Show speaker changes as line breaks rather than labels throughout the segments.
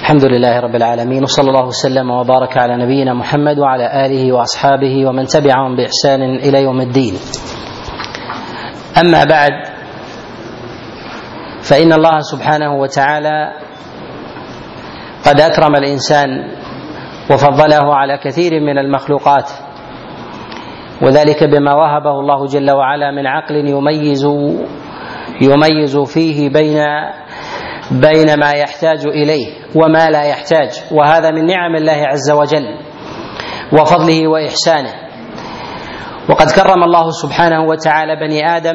الحمد لله رب العالمين، وصلى الله وسلم وبارك على نبينا محمد وعلى آله وأصحابه ومن تبعهم بإحسان إلى يوم الدين. أما بعد، فإن الله سبحانه وتعالى قد أكرم الإنسان وفضله على كثير من المخلوقات، وذلك بما وهبه الله جل وعلا من عقل يميز فيه بين ما يحتاج إليه وما لا يحتاج، وهذا من نعم الله عز وجل وفضله وإحسانه. وقد كرم الله سبحانه وتعالى بني آدم،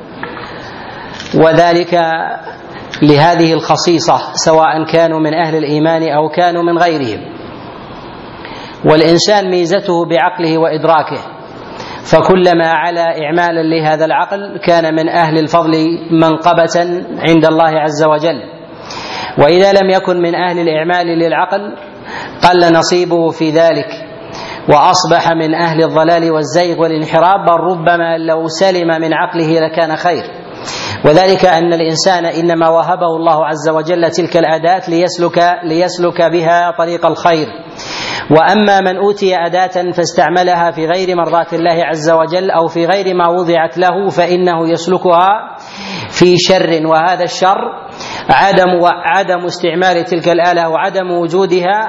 وذلك لهذه الخصيصة، سواء كانوا من أهل الإيمان أو كانوا من غيرهم. والإنسان ميزته بعقله وإدراكه، فكلما علا إعمالا لهذا العقل كان من أهل الفضل منقبة عند الله عز وجل، وإذا لم يكن من أهل الإعمال للعقل قل نصيبه في ذلك، وأصبح من أهل الضلال والزيغ والانحراف، بل ربما لو سلم من عقله لكان خير. وذلك أن الإنسان إنما وهبه الله عز وجل تلك الأداة ليسلك بها طريق الخير، وأما من أوتي أداة فاستعملها في غير مرضاة الله عز وجل أو في غير ما وضعت له فإنه يسلكها في شر، وهذا الشر عدم استعمال تلك الآلة وعدم وجودها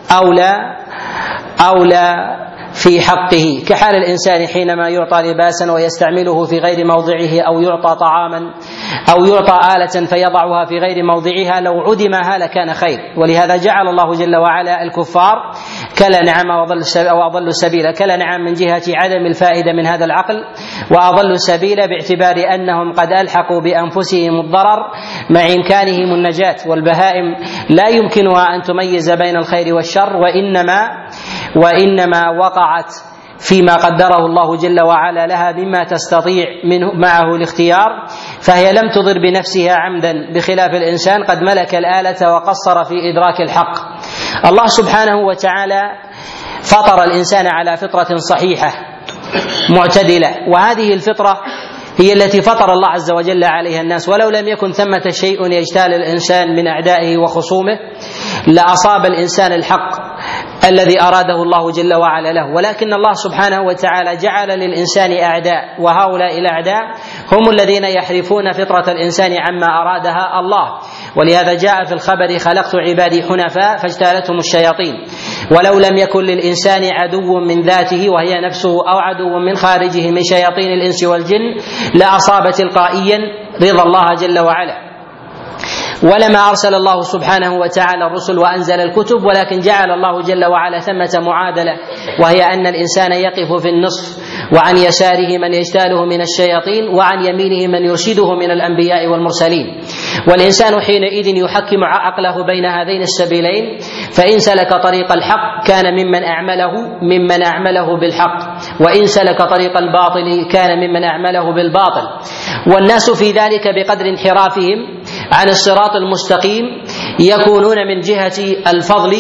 أولى في حقه، كحال الإنسان حينما يعطى لباسا ويستعمله في غير موضعه، أو يعطى طعاما أو يعطى آلة فيضعها في غير موضعها، لو عدمها لكان خير. ولهذا جعل الله جل وعلا الكفار كالأنعام وأضل سبيلا، كالأنعام من جهة عدم الفائدة من هذا العقل، وأضل سبيلا باعتبار أنهم قد ألحقوا بأنفسهم الضرر مع إمكانهم النجاة. والبهائم لا يمكنها أن تميز بين الخير والشر، وإنما وقعت فيما قدره الله جل وعلا لها مما تستطيع معه الاختيار، فهي لم تضر بنفسها عمدا، بخلاف الإنسان قد ملك الآلة وقصر في إدراك الحق. الله سبحانه وتعالى فطر الإنسان على فطرة صحيحة معتدلة، وهذه الفطرة هي التي فطر الله عز وجل عليها الناس، ولو لم يكن ثمة شيء يجتال الإنسان من أعدائه وخصومه لأصاب الإنسان الحق الذي أراده الله جل وعلا له. ولكن الله سبحانه وتعالى جعل للإنسان أعداء، وهؤلاء الأعداء هم الذين يحرفون فطرة الإنسان عما أرادها الله. ولهذا جاء في الخبر: خلقت عبادي حنفاء فاجتالتهم الشياطين. ولو لم يكن للإنسان عدو من ذاته وهي نفسه، أو عدو من خارجه من شياطين الإنس والجن، لأصاب تلقائيا رضا الله جل وعلا. ولما أرسل الله سبحانه وتعالى الرسل وأنزل الكتب، ولكن جعل الله جل وعلا ثمة معادلة، وهي أن الإنسان يقف في النصف، وعن يساره من يجتاله من الشياطين، وعن يمينه من يرشده من الأنبياء والمرسلين. والإنسان حينئذ يحكم عقله بين هذين السبيلين، فإن سلك طريق الحق كان ممن أعمله بالحق، وإن سلك طريق الباطل كان ممن أعمله بالباطل. والناس في ذلك بقدر انحرافهم عن الصراط المستقيم يكونون من جهة الفضل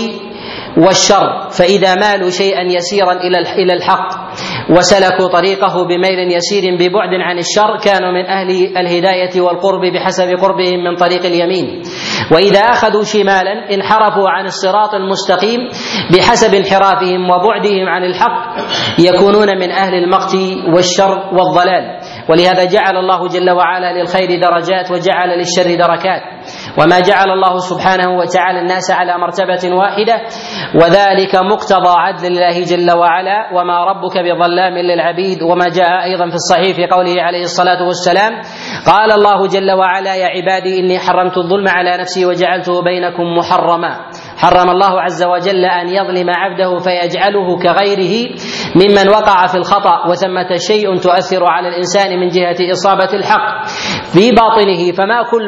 والشر، فإذا مالوا شيئا يسيرا إلى الحق وسلكوا طريقه بميل يسير ببعد عن الشر كانوا من أهل الهداية والقرب بحسب قربهم من طريق اليمين. وإذا أخذوا شمالا انحرفوا عن الصراط المستقيم بحسب انحرافهم وبعدهم عن الحق، يكونون من أهل المقت والشر والضلال. ولهذا جعل الله جل وعلا للخير درجات وجعل للشر دركات، وما جعل الله سبحانه وتعالى الناس على مرتبة واحدة، وذلك مقتضى عدل الله جل وعلا: وما ربك بظلام للعبيد. وما جاء أيضا في الصحيح في قوله عليه الصلاة والسلام: قال الله جل وعلا: يا عبادي إني حرمت الظلم على نفسي وجعلته بينكم محرما. حرم الله عز وجل أن يظلم عبده فيجعله كغيره ممن وقع في الخطأ، وثمة شيء تؤثر على الإنسان من جهة إصابة الحق في باطنه، فما كل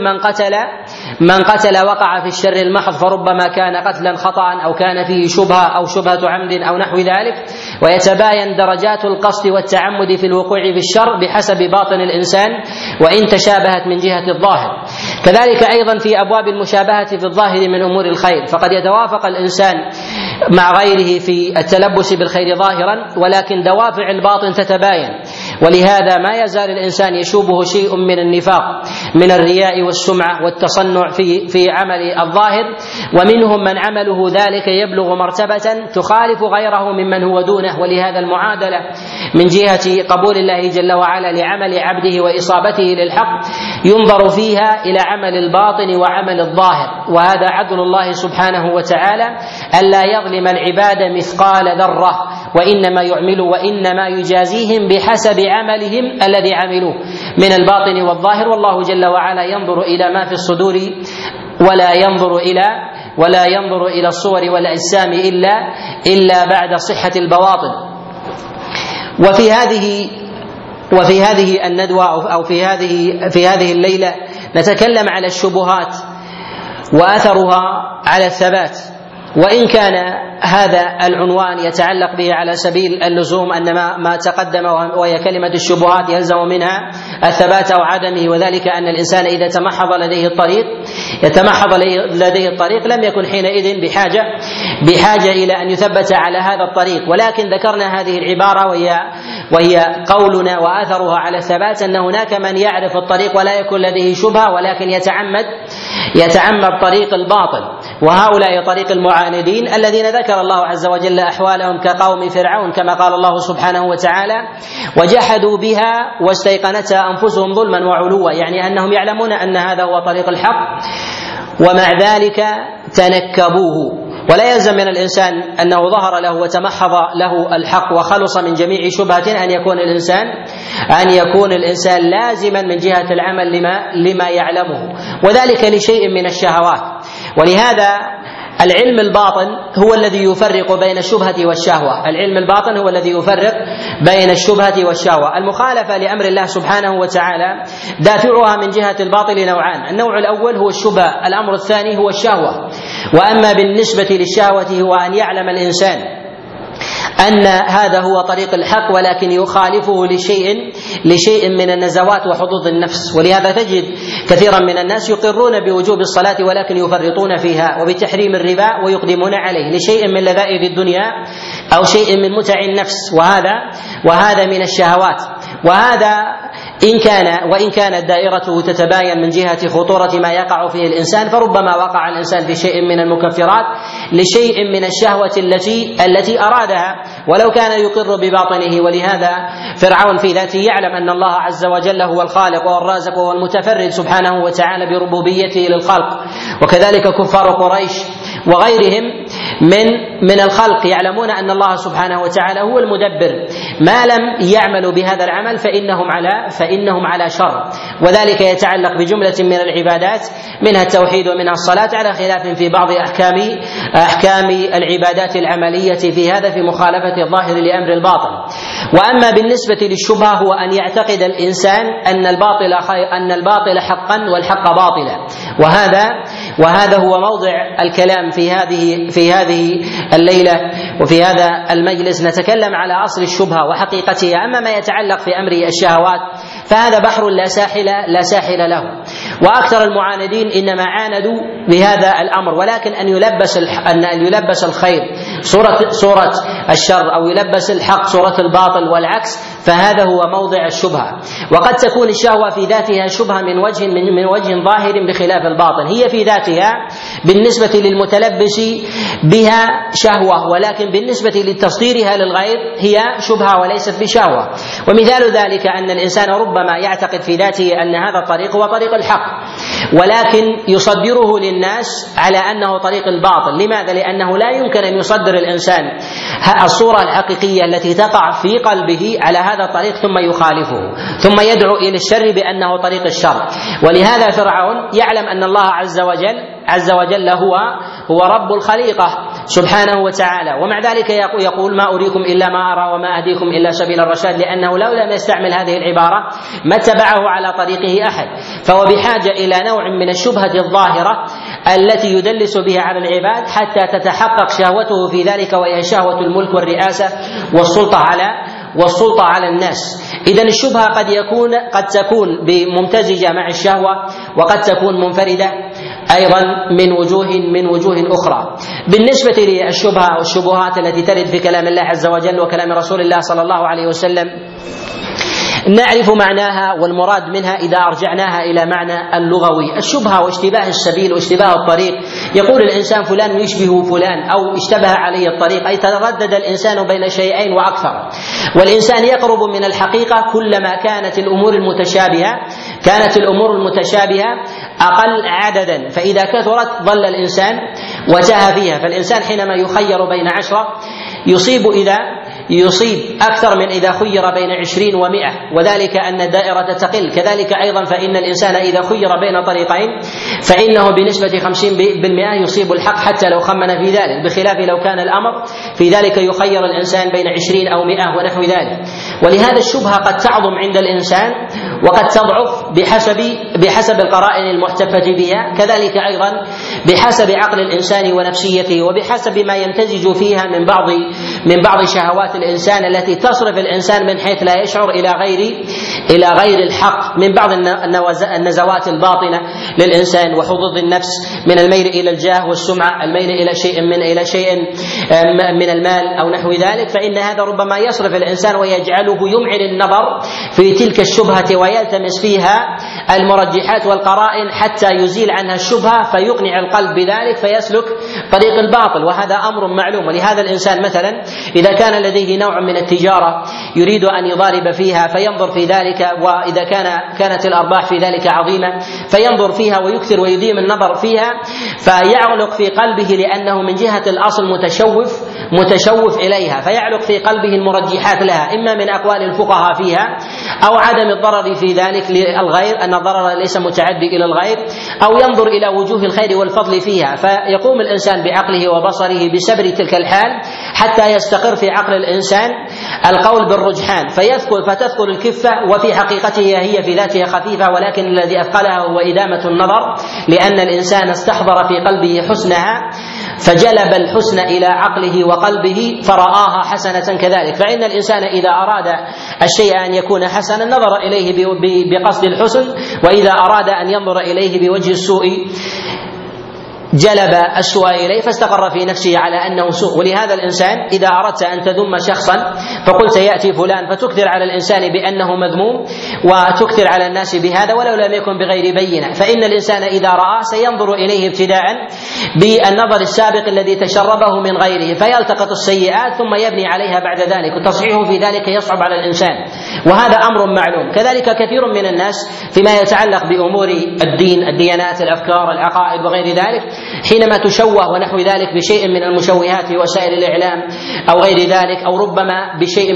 من قتل وقع في الشر المحض، فربما كان قتلا خطأ أو كان فيه شبهة أو شبهة عمد أو نحو ذلك، ويتباين درجات القصد والتعمد في الوقوع في الشر بحسب باطن الإنسان وإن تشابهت من جهة الظاهر. كذلك أيضا في أبواب المشابهة في الظاهر من أمور الخير، فقد يتوافق الإنسان مع غيره في التلبس بالخير ظاهرا، ولكن دوافع الباطن تتباين. ولهذا ما يزال الإنسان يشوبه شيء من النفاق من الرياء والسمعة والتصنع في عمل الظاهر، ومنهم من عمله ذلك يبلغ مرتبة تخالف غيره ممن هو دونه. ولهذا المعادلة من جهة قبول الله جل وعلا لعمل عبده وإصابته للحق ينظر فيها إلى عمل الباطن وعمل الظاهر، وهذا عدل الله سبحانه وتعالى ألا يظلم العباد مثقال ذرة، وإنما يجازيهم بحسب عملهم الذي عملوه من الباطن والظاهر. والله جل وعلا ينظر إلى ما في الصدور ولا ينظر إلى الصور والأجسام إلا بعد صحة البواطن. وفي هذه الندوة أو في هذه الليلة نتكلم على الشبهات وأثرها على الثبات، وإن كان هذا العنوان يتعلق به على سبيل اللزوم أن ما تقدم وهي كلمة الشبهات يلزم منها الثبات أو عدمه، وذلك أن الإنسان إذا تمحض لديه الطريق لم يكن حينئذ بحاجة إلى أن يثبت على هذا الطريق. ولكن ذكرنا هذه العبارة وهي قولنا وأثرها على الثبات أن هناك من يعرف الطريق ولا يكون لديه شبهة، ولكن يتعمد طريق الباطل، وهؤلاء طريق المعاندين الذين ذكر الله عز وجل أحوالهم كقوم فرعون، كما قال الله سبحانه وتعالى: وجحدوا بها واستيقنتها أنفسهم ظلما وعلوا، يعني أنهم يعلمون أن هذا هو طريق الحق ومع ذلك تنكبوه. ولا يلزم من الإنسان أنه ظهر له وتمحض له الحق وخلص من جميع شبهة أن يكون الإنسان لازما من جهة العمل لما يعلمه، وذلك لشيء من الشهوات. ولهذا العلم الباطن هو الذي يفرق بين الشبهة والشهوة، المخالفة لأمر الله سبحانه وتعالى دافعها من جهة الباطل نوعان: النوع الأول هو الشبهة، الأمر الثاني هو الشهوة. وأما بالنسبة للشهوة هو أن يعلم الإنسان أن هذا هو طريق الحق ولكن يخالفه لشيء من النزوات وحظوظ النفس. ولهذا تجد كثيرا من الناس يقرون بوجوب الصلاة ولكن يفرطون فيها، وبتحريم الربا ويقدمون عليه لشيء من لذائذ الدنيا أو شيء من متع النفس، وهذا من الشهوات. وهذا وإن كانت دائرته تتباين من جهة خطورة ما يقع فيه الإنسان، فربما وقع الإنسان في شيء من المكفرات لشيء من الشهوة التي أرادها ولو كان يقر بباطنه. ولهذا فرعون في ذاته يعلم أن الله عز وجل هو الخالق والرازق والمتفرد سبحانه وتعالى بربوبيته للخلق، وكذلك كفار قريش وغيرهم من الخلق يعلمون أن الله سبحانه وتعالى هو المدبر، ما لم يعملوا بهذا العمل فإنهم على شر. وذلك يتعلق بجملة من العبادات منها التوحيد ومنها الصلاة، على خلاف في بعض أحكام العبادات العملية في هذا في مخالفة الظاهر لأمر الباطن. وأما بالنسبة للشبهة هو أن يعتقد الإنسان أن الباطل حقا والحق باطلا، وهذا هو موضع الكلام في هذه الليلة وفي هذا المجلس. نتكلم على أصل الشبهة وحقيقتها. أما ما يتعلق في أمر الشهوات فهذا بحر لا ساحل له، وأكثر المعاندين إنما عاندوا بهذا الأمر، ولكن أن يلبس الخير صورة الشر أو يلبس الحق صورة الباطل والعكس، فهذا هو موضع الشبهة. وقد تكون الشهوة في ذاتها شبهة من وجه ظاهر بخلاف الباطن، هي في ذاتها بالنسبة للمتلبس بها شهوة، ولكن بالنسبة لتصديرها للغير هي شبهة وليست بشهوة. ومثال ذلك أن الإنسان ربما يعتقد في ذاته أن هذا الطريق هو طريق الحق، ولكن يصدره للناس على أنه طريق الباطل. لماذا؟ لأنه لا يمكن أن يصدر الإنسان الصورة الحقيقية التي تقع في قلبه على هذا الطريق ثم يخالفه ثم يدعو إلى الشر بأنه طريق الشر. ولهذا فرعون يعلم أن الله عز وجل هو رب الخليقة سبحانه وتعالى، ومع ذلك يقول: ما أريكم إلا ما أرى وما أهديكم إلا سبيل الرشاد، لأنه لو لم يستعمل هذه العبارة ما اتبعه على طريقه أحد. فهو بحاجة إلى نوع من الشبهة الظاهرة التي يدلس بها على العباد حتى تتحقق شهوته في ذلك، وهي شهوة الملك والرئاسة والسلطة على الناس. إذن الشبهة قد تكون ممتزجة مع الشهوة، وقد تكون منفردة أيضا من وجوه أخرى. بالنسبة للشبهة والشبهات التي ترد في كلام الله عز وجل وكلام رسول الله صلى الله عليه وسلم، نعرف معناها والمراد منها إذا أرجعناها إلى معنى اللغوي. الشبهة واشتباه السبيل واشتباه الطريق، يقول الإنسان فلان يشبه فلان أو اشتبه عليه الطريق، أي تردد الإنسان بين شيئين وأكثر، والإنسان يقرب من الحقيقة كلما كانت الأمور المتشابهة أقل عددا، فإذا كثرت ضل الإنسان وتاه فيها. فالإنسان حينما يخير بين 10 يصيب أكثر من إذا خير بين 20 و100، وذلك أن الدائرة تقل. كذلك أيضا فإن الإنسان إذا خير بين طريقين فإنه بنسبة 50% يصيب الحق حتى لو خمن في ذلك، بخلاف لو كان الأمر في ذلك يخير الإنسان بين 20 أو 100 ونحو ذلك. ولهذا الشبهة قد تعظم عند الإنسان وقد تضعف بحسب القرائن المحتفة بها، كذلك أيضا بحسب عقل الإنسان ونفسيته، وبحسب ما يمتزج فيها من بعض شهوات الإنسان التي تصرف الإنسان من حيث لا يشعر إلى غير الحق، من بعض النزوات الباطنة للإنسان وحظوظ النفس من الميل إلى الجاه والسمعة، الميل إلى شيء من المال أو نحو ذلك، فإن هذا ربما يصرف الإنسان ويجعله يمعن النظر في تلك الشبهة ويلتمس فيها المرجحات والقرائن حتى يزيل عنها الشبهة فيقنع القلب بذلك فيسلك طريق الباطل، وهذا أمر معلوم. ولهذا الإنسان مثلا إذا كان لديه نوع من التجارة يريد أن يضارب فيها فينظر في ذلك، وإذا كانت الأرباح في ذلك عظيمة فينظر فيها ويكثر ويديم النظر فيها، فيعلق في قلبه لأنه من جهة الأصل متشوف إليها، فيعلق في قلبه المرجحات لها، إما من أقوال الفقهاء فيها أو عدم الضرر في ذلك للغير، أن الضرر ليس متعدي إلى الغير، أو ينظر إلى وجوه الخير والفضل فيها، فيقوم الإنسان بعقله وبصره بسبر تلك الحال حتى يستقر في عقل الإنسان القول بالرجحان فتثقل الكفة، وفي حقيقتها هي في ذاتها خفيفة، ولكن الذي أثقلها هو إدامة النظر، لأن الإنسان استحضر في قلبه حسنها فجلب الحسن إلى عقله وقلبه فرآها حسنة كذلك. فإن الإنسان إذا أراد الشيء أن يكون حسنا نظر إليه بقصد الحسن، وإذا أراد أن ينظر إليه بوجه السوء جلب السوء إليه فاستقر في نفسه على أنه سوء. ولهذا الإنسان إذا أردت أن تذم شخصا فقلت يأتي فلان، فتكثر على الإنسان بأنه مذموم وتكثر على الناس بهذا ولو لم يكن بغير بينة، فإن الإنسان إذا رآه سينظر إليه ابتداء بالنظر السابق الذي تشربه من غيره فيلتقط السيئات ثم يبني عليها بعد ذلك، وتصحيحه في ذلك يصعب على الإنسان، وهذا أمر معلوم. كذلك كثير من الناس فيما يتعلق بأمور الدين، الديانات، الأفكار، العقائد وغير ذلك، حينما تشوه ونحو ذلك بشيء من المشوهات في وسائل الإعلام أو غير ذلك، أو ربما بشيء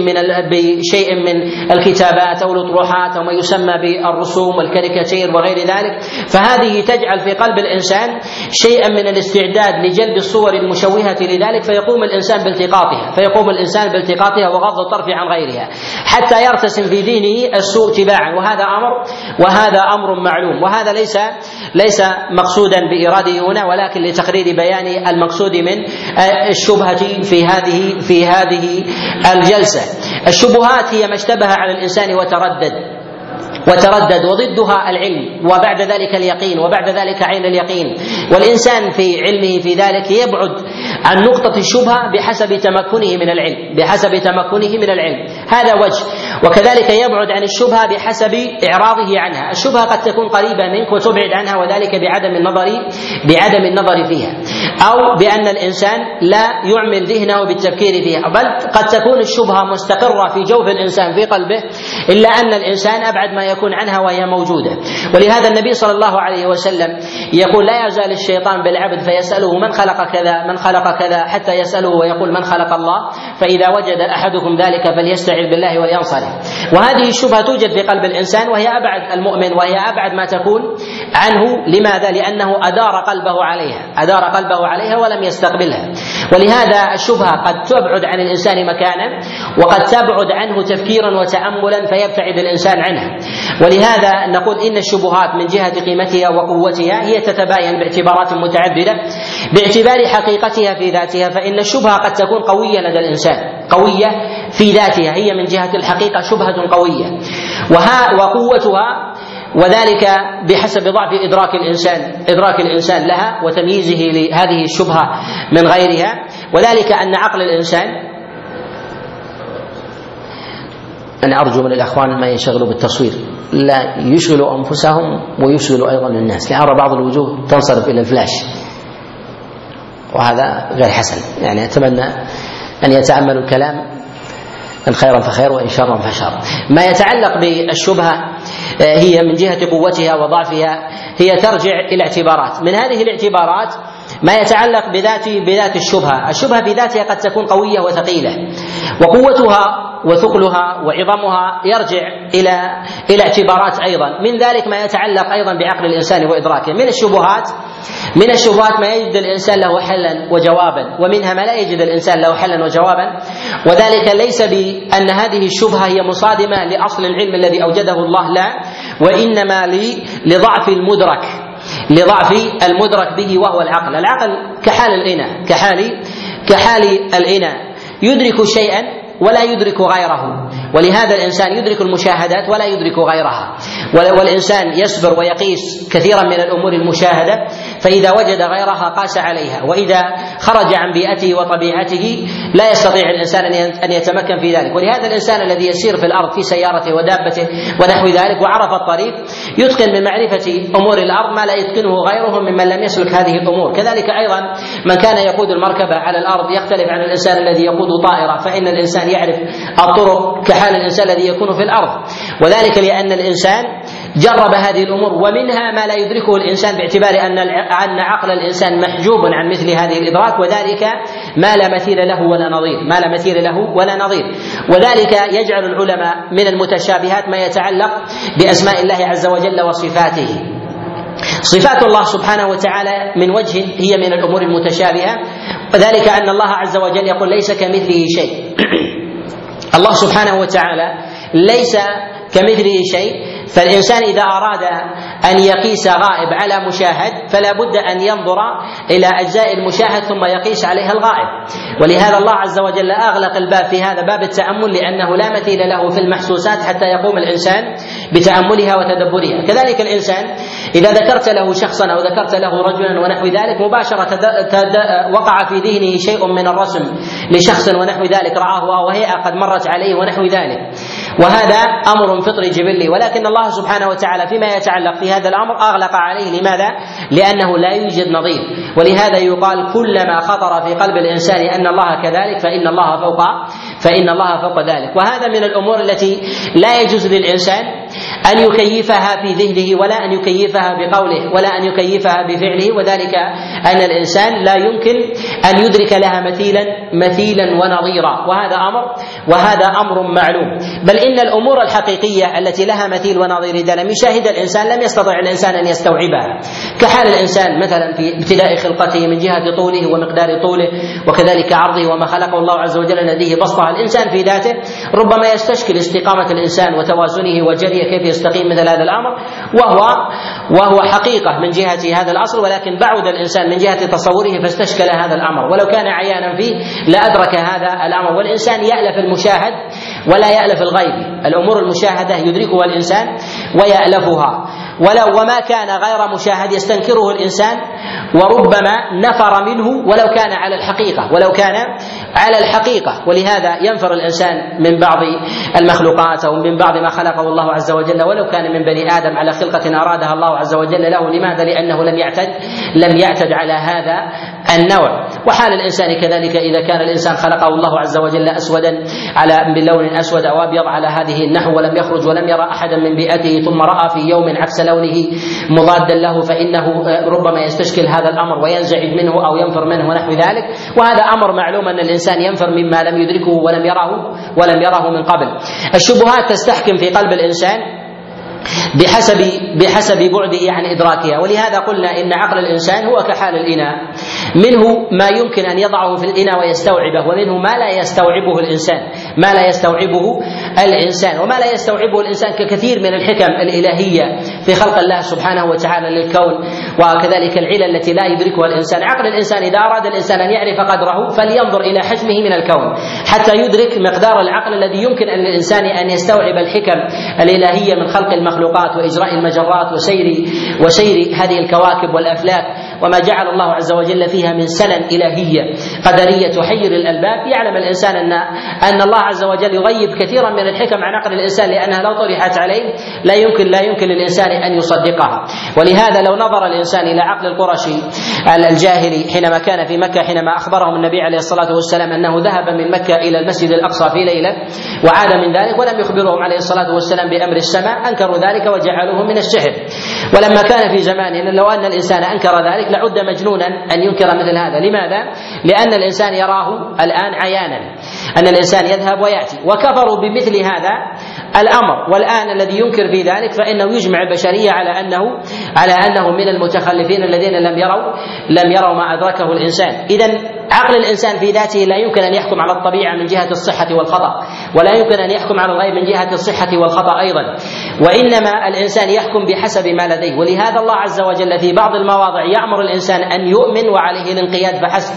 من الكتابات أو الأطروحات أو ما يسمى بالرسوم والكاريكاتير وغير ذلك، فهذه تجعل في قلب الإنسان شيئا من الاستعداد لجلب الصور المشوهة لذلك، فيقوم الإنسان بالتقاطها وغض الطرف عن غيرها حتى يرتسم في دينه السوء تباعا، وهذا أمر معلوم، وهذا ليس مقصودا بإراده هنا، ولكن لتقرير بيان المقصود من الشبهة في هذه الجلسة. الشبهات هي ما اشتبه على الإنسان وتردد، وضدها العلم، وبعد ذلك اليقين، وبعد ذلك عين اليقين، والإنسان في علمه في ذلك يبعد عن نقطة الشبهة بحسب تمكنه من العلم، هذا وجه. وكذلك يبعد عن الشبهة بحسب إعراضه عنها. الشبهة قد تكون قريبة منك وتبعد عنها، وذلك بعدم النظر فيها، أو بأن الإنسان لا يعمل ذهنه بالتفكير فيها، بل قد تكون الشبهة مستقرة في جوف الإنسان في قلبه، إلا أن الإنسان أبعد ما يكون عنها وهي موجودة. ولهذا النبي صلى الله عليه وسلم يقول: لا يزال الشيطان بالعبد فيسأله من خلق كذا حتى يسأله ويقول من خلق الله، فإذا وجد أحدكم ذلك فليستعذ بالله ولينصرف. وهذه الشبهة توجد في قلب الإنسان، وهي أبعد المؤمن، وهي أبعد ما تكون عنه. لماذا؟ لأنه أدار قلبه عليها ولم يستقبلها. ولهذا الشبهة قد تبعد عن الإنسان مكانا، وقد تبعد عنه تفكيرا وتأملا فيبتعد الإنسان عنها. ولهذا نقول إن الشبهات من جهة قيمتها وقوتها هي تتباين باعتبارات متعددة، باعتبار حقيقتها في ذاتها، فإن الشبهة قد تكون قوية لدى الإنسان، قوية في ذاتها، هي من جهة الحقيقة شبهة قوية، وقوتها وذلك بحسب ضعف إدراك الإنسان لها وتمييزه لهذه الشبهة من غيرها. وذلك أن عقل الإنسان أن أرجو من الأخوان ما ينشغلوا بالتصوير لا يشغلوا أنفسهم ويشغلوا أيضا الناس، لأن بعض الوجوه تنصرف إلى الفلاش وهذا غير حسن. يعني أتمنى أن يتأملوا الكلام، إن خيرا فخير وإن شرا فشر. ما يتعلق بالشبهة هي من جهة قوتها وضعفها هي ترجع إلى اعتبارات، من هذه الاعتبارات ما يتعلق بذات الشبهة. الشبهة بذاتها قد تكون قوية وثقيلة، وقوتها وثقلها وعظمها يرجع إلى اعتبارات أيضا. من ذلك ما يتعلق أيضا بعقل الإنسان وإدراكه. من الشبهات ما يجد الإنسان له حلا وجوابا، ومنها ما لا يجد الإنسان له حلا وجوابا، وذلك ليس بأن هذه الشبهة هي مصادمة لأصل العلم الذي أوجده الله، لا، وإنما لضعف المدرك به وهو العقل. العقل كحال الإناء يدرك شيئا ولا يدرك غيره، ولهذا الإنسان يدرك المشاهدات ولا يدرك غيرها، والإنسان يصبر ويقيس كثيرا من الأمور المشاهدة، فإذا وجد غيرها قاس عليها، وإذا خرج عن بيئته وطبيعته لا يستطيع الإنسان أن يتمكن في ذلك. ولهذا الإنسان الذي يسير في الأرض في سيارته ودابته ونحو ذلك وعرف الطريق يتقن من معرفة أمور الأرض ما لا يتقنه غيره ممن لم يسلك هذه الأمور. كذلك أيضا من كان يقود المركبة على الأرض يختلف عن الإنسان الذي يقود طائرة، فإن الإنسان يعرف الطرق كحال الإنسان الذي يكون في الأرض، وذلك لأن الإنسان جرب هذه الأمور، ومنها ما لا يدركه الإنسان باعتبار أن عقل الإنسان محجوب عن مثل هذه الإدراك، وذلك ما لا مثيل له ولا نظير. وذلك يجعل العلماء من المتشابهات ما يتعلق بأسماء الله عز وجل وصفاته. صفات الله سبحانه وتعالى من وجه هي من الأمور المتشابهة، وذلك أن الله عز وجل يقول ليس كمثله شيء. الله سبحانه وتعالى ليس كمثله شيء، فالإنسان إذا أراد أن يقيس غائب على مشاهد فلا بد أن ينظر إلى أجزاء المشاهد ثم يقيس عليها الغائب، ولهذا الله عز وجل أغلق الباب في هذا باب التأمل، لأنه لا مثيل له في المحسوسات حتى يقوم الإنسان بتأملها وتدبرها. كذلك الإنسان إذا ذكرت له شخصا أو ذكرت له رجلا ونحو ذلك مباشرة وقع في ذهنه شيء من الرسم لشخص ونحو ذلك، رآه وهيئة قد مرت عليه ونحو ذلك، وهذا أمر فطري جبلي. ولكن الله سبحانه وتعالى فيما يتعلق في هذا الأمر أغلق عليه. لماذا؟ لأنه لا يوجد نظير، ولهذا يقال كلما خطر في قلب الإنسان أن الله كذلك فإن الله فوق ذلك. وهذا من الأمور التي لا يجوز للإنسان أن يكيفها في ذهنه، ولا أن يكيفها بقوله، ولا أن يكيفها بفعله، وذلك أن الإنسان لا يمكن أن يدرك لها مثيلا ونظيرا، وهذا أمر معلوم. بل إن الأمور الحقيقية التي لها مثيل ونظير إذا لم يشاهد الإنسان لم يستطع الإنسان أن يستوعبها، كحال الإنسان مثلا في ابتداء خلقته من جهة طوله ومقدار طوله، وكذلك عرضه وما خلقه الله عز وجل لديه بسطها. الإنسان في ذاته ربما يستشكل استقامة الإنسان وتوازنه وجريه كيف يستقيم مثل هذا الأمر، وهو حقيقة من جهة هذا الأصل، ولكن بعد الإنسان من جهة تصوره فاستشكل هذا الأمر، ولو كان عيانا فيه لأدرك هذا الأمر. والإنسان يألف المشاهد ولا يألف الغيب، الأمور المشاهدة يدركها الإنسان ويألفها، وما كان غير مشاهد يستنكره الإنسان وربما نفر منه ولو كان على الحقيقة. ولهذا ينفر الإنسان من بعض المخلوقات أو من بعض ما خلقه الله عز وجل ولو كان من بني آدم على خلقة أرادها الله عز وجل له. لماذا؟ لأنه لم يعتد على هذا النوع. وحال الإنسان كذلك إذا كان الإنسان خلقه الله عز وجل أسودا بلون أسود أو أبيض على هذه النحو ولم يخرج ولم يرى أحدا من بيئته، ثم رأى في يوم عكس لونه مضادا له، فإنه ربما يستشكل هذا الأمر وينزعج منه أو ينفر منه ونحو ذلك. وهذا أمر معلوم أن الإنسان ينفر مما لم يدركه ولم يره من قبل. الشبهات تستحكم في قلب الإنسان بحسب بعده عن إدراكها، ولهذا قلنا إن عقل الإنسان هو كحال الإناء، منه ما يمكن أن يضعه في الإناء ويستوعبه، ومنه ما لا يستوعبه الإنسان وما لا يستوعبه الإنسان ككثير من الحكم الإلهية في خلق الله سبحانه وتعالى للكون، وكذلك العلل التي لا يدركها الإنسان. عقل الإنسان إذا أراد الإنسان أن يعرف قدره فلينظر إلى حجمه من الكون حتى يدرك مقدار العقل الذي يمكن أن الإنسان أن يستوعب الحكم الإلهية من خلق المخلوقات وإجراء المجرات وسير هذه الكواكب والأفلاك وما جعل الله عز وجل فيها من سنن إلهية قدرية تحير الألباب، يعلم الإنسان أن الله عز وجل يغيب كثيرا من الحكم عن عقل الإنسان، لأنها لو طرحت عليه لا يمكن للإنسان أن يصدقها. ولهذا لو نظر الإنسان إلى عقل القرشي الجاهلي حينما كان في مكة، حينما أخبرهم النبي عليه الصلاة والسلام أنه ذهب من مكة إلى المسجد الأقصى في ليلة وعاد من ذلك ولم يخبرهم عليه الصلاة والسلام بأمر السماء، أنكروا ذلك وجعلوه من السحر. ولما كان في زماننا لو أن الإنسان أنكر ذلك لعد مجنونا أن ينكر مثل هذا. لماذا؟ لأن الإنسان يراه الآن عيانا، أن الإنسان يذهب ويأتي، وكفروا بمثل هذا الأمر. والآن الذي ينكر في ذلك فإنه يجمع البشرية على أنه من المتخلفين الذين لم يروا ما أدركه الإنسان. إذن عقل الإنسان في ذاته لا يمكن أن يحكم على الطبيعة من جهة الصحة والخطأ، ولا يمكن أن يحكم على الغيب من جهة الصحة والخطأ أيضا، وإنما الإنسان يحكم بحسب ما لديه. ولهذا الله عز وجل في بعض المواضع يأمر الإنسان أن يؤمن وعليه الانقياد فحسب،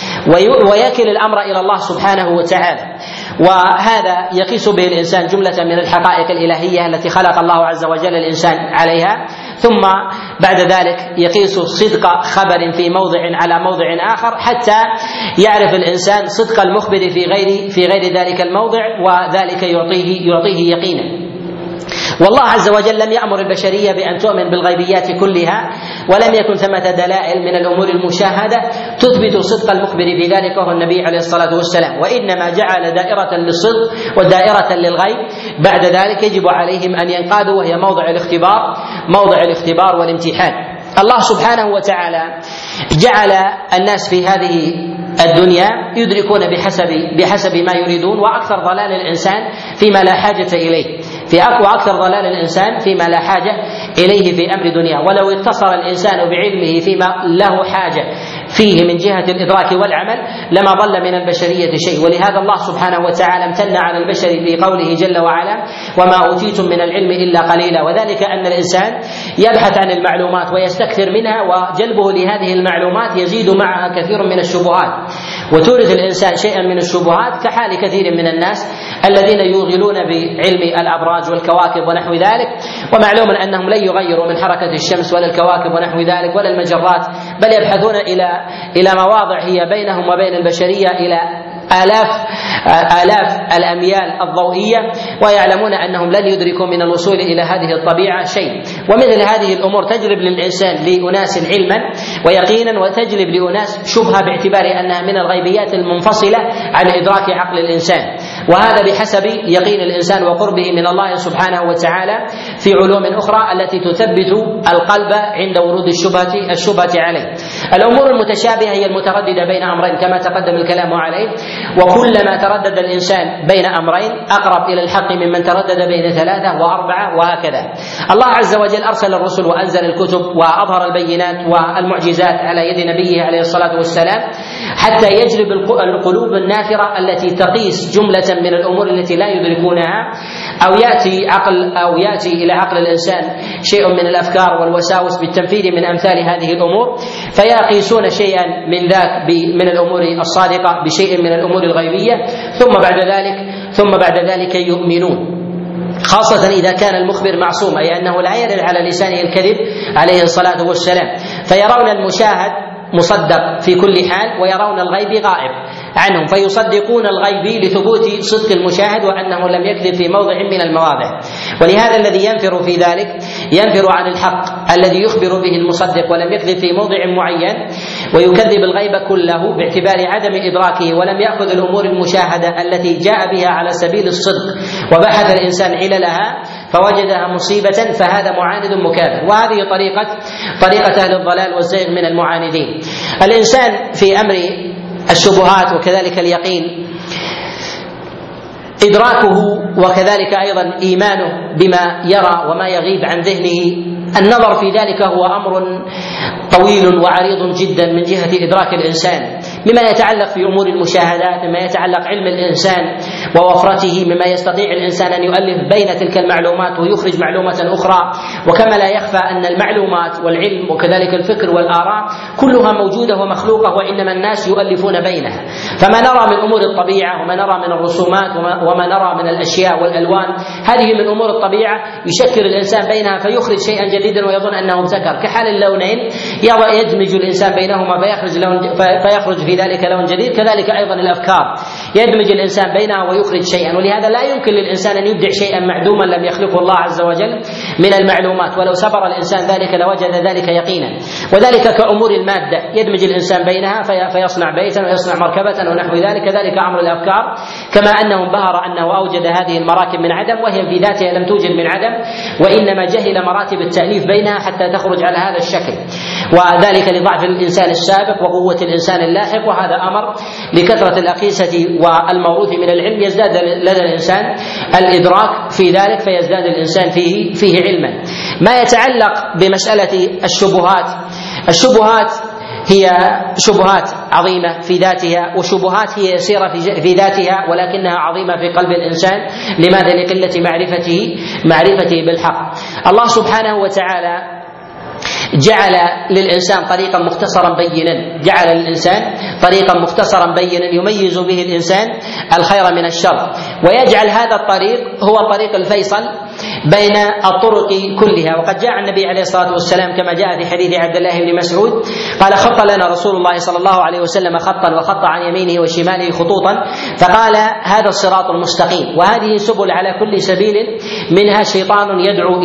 ويكل الأمر إلى الله سبحانه وتعالى. وهذا يقيس به الإنسان جملة من الحقائق الإلهية التي خلق الله عز وجل الإنسان عليها، ثم بعد ذلك يقيس صدق خبر في موضع على موضع آخر حتى يعرف الإنسان صدق المخبر في غير ذلك الموضع، وذلك يعطيه يقينا. والله عز وجل لم يأمر البشرية بأن تؤمن بالغيبيات كلها، ولم يكن ثمة دلائل من الأمور المشاهدة تثبت صدق المخبر بذلك وهو النبي عليه الصلاة والسلام، وإنما جعل دائرة للصدق ودائرة للغيب بعد ذلك يجب عليهم أن ينقادوا، وهي موضع الاختبار والامتحان. الله سبحانه وتعالى جعل الناس في هذه الدنيا يدركون بحسب ما يريدون، وأكثر ضلال الإنسان فيما لا حاجة إليه، وأكثر ضلال الإنسان فيما لا حاجة إليه في أمر دنيا. ولو اتصل الإنسان بعلمه فيما له حاجة فيه من جهة الإدراك والعمل لما ضل من البشرية شيء. ولهذا الله سبحانه وتعالى امتن على البشر في قوله جل وعلا: وما أوتيتم من العلم إلا قليلا. وذلك أن الإنسان يبحث عن المعلومات ويستكثر منها، وجلبه لهذه المعلومات يزيد معها كثير من الشبهات، وتورث الإنسان شيئا من الشبهات كحال كثير من الناس الذين يوغلون بعلم الأبراج والكواكب ونحو ذلك. ومعلوم أنهم لن يغيروا من حركة الشمس ولا الكواكب ونحو ذلك ولا المجرات، بل يبحثون إلى مواضع هي بينهم وبين البشرية إلى آلاف الأميال الضوئية، ويعلمون أنهم لن يدركوا من الوصول إلى هذه الطبيعة شيء. ومثل هذه الأمور تجلب للإنسان لأناس علما ويقينا، وتجلب لأناس شبهة باعتبار أنها من الغيبيات المنفصلة عن إدراك عقل الإنسان، وهذا بحسب يقين الإنسان وقربه من الله سبحانه وتعالى في علوم أخرى التي تثبت القلب عند ورود الشبهة عليه. الأمور المتشابهة هي المترددة بين أمرين كما تقدم الكلام عليه، وكلما تردد الإنسان بين أمرين أقرب إلى الحق ممن تردد بين 3 و4 وهكذا. الله عز وجل أرسل الرسل وأنزل الكتب وأظهر البينات والمعجزات على يد نبيه عليه الصلاة والسلام حتى يجلب القلوب النافرة التي تقيس جملة من الأمور التي لا يدركونها، أو يأتي إلى عقل الإنسان شيء من الأفكار والوساوس بالتنفيذ من أمثال هذه الأمور، فيقيسون شيئا من ذاك من الأمور الصادقة بشيء من الأمور الغيبية، ثم بعد ذلك يؤمنون، خاصة إذا كان المخبر معصوم، أي أنه لا يرد على لسانه الكذب عليه الصلاة والسلام، فيرون المشاهد مصدق في كل حال، ويرون الغيب غائب عنهم، فيصدقون الغيب لثبوت صدق المشاهد وأنه لم يكذب في موضع من المواضع. ولهذا الذي ينفر في ذلك ينفر عن الحق الذي يخبر به المصدق ولم يكذب في موضع معين، ويكذب الغيب كله باعتبار عدم إدراكه، ولم يأخذ الأمور المشاهدة التي جاء بها على سبيل الصدق وبحث الإنسان عللها فوجدها مصيبة، فهذا معاند مكابر. وهذه طريقة أهل الضلال والزيغ من المعاندين. الإنسان في أمر الشبهات وكذلك اليقين إدراكه، وكذلك أيضا إيمانه بما يرى وما يغيب عن ذهنه. النظر في ذلك هو أمر طويل وعريض جدا من جهة إدراك الإنسان، مما يتعلق في أمور المشاهدات، مما يتعلق علم الإنسان ووفرته، مما يستطيع الإنسان أن يؤلف بين تلك المعلومات ويخرج معلومة أخرى. وكما لا يخفى أن المعلومات والعلم وكذلك الفكر والآراء كلها موجودة ومخلوقة، وإنما الناس يؤلفون بينها، فما نرى من أمور الطبيعة وما نرى من الرسومات وما نرى من الأشياء والألوان هذه من أمور الطبيعة يشكل الإنسان بينها فيخرج شيئا جديدا ويظن أنه ابتكر، كحال اللونين يدمج الإنسان بينهما فيخرج في ذلك لون جديد، كذلك أيضا الأفكار يدمج الإنسان بينها ويخرج شيئا، ولهذا لا يمكن للإنسان أن يبدع شيئا معدوما لم يخلقه الله عز وجل من المعلومات، ولو سبر الإنسان ذلك لوجد ذلك يقينا. وذلك كأمور المادة يدمج الإنسان بينها فيصنع بيتا ويصنع مركبة ونحو ذلك، كذلك أمر الأفكار كما أنه انبهر أنه أوجد هذه المراكب من عدم وهي في ذاتها لم توجد من عدم، وإنما جهل مراتب التأليف بينها حتى تخرج على هذا الشكل، وذلك لضعف الإنسان السابق وقوة الإنسان اللاحق، وهذا أمر لكثرة الأقيسة والموروث من العلم يزداد لدى الإنسان الإدراك في ذلك فيزداد الإنسان فيه علما. ما يتعلق بمسألة الشبهات هي شبهات عظيمة في ذاتها، وشبهات هي يسيرة في ذاتها ولكنها عظيمة في قلب الإنسان. لماذا؟ لقلة معرفته بالحق. الله سبحانه وتعالى جعل للإنسان طريقا مختصرا بينا يميز به الإنسان الخير من الشر، ويجعل هذا الطريق هو الطريق الفيصل بين الطرق كلها. وقد جاء النبي عليه الصلاة والسلام كما جاء في حديث عبد الله بن مسعود قال: خط لنا رسول الله صلى الله عليه وسلم خطا وخط عن يمينه وشماله خطوطا فقال: هذا الصراط المستقيم، وهذه سبل على كل سبيل منها شيطان يدعو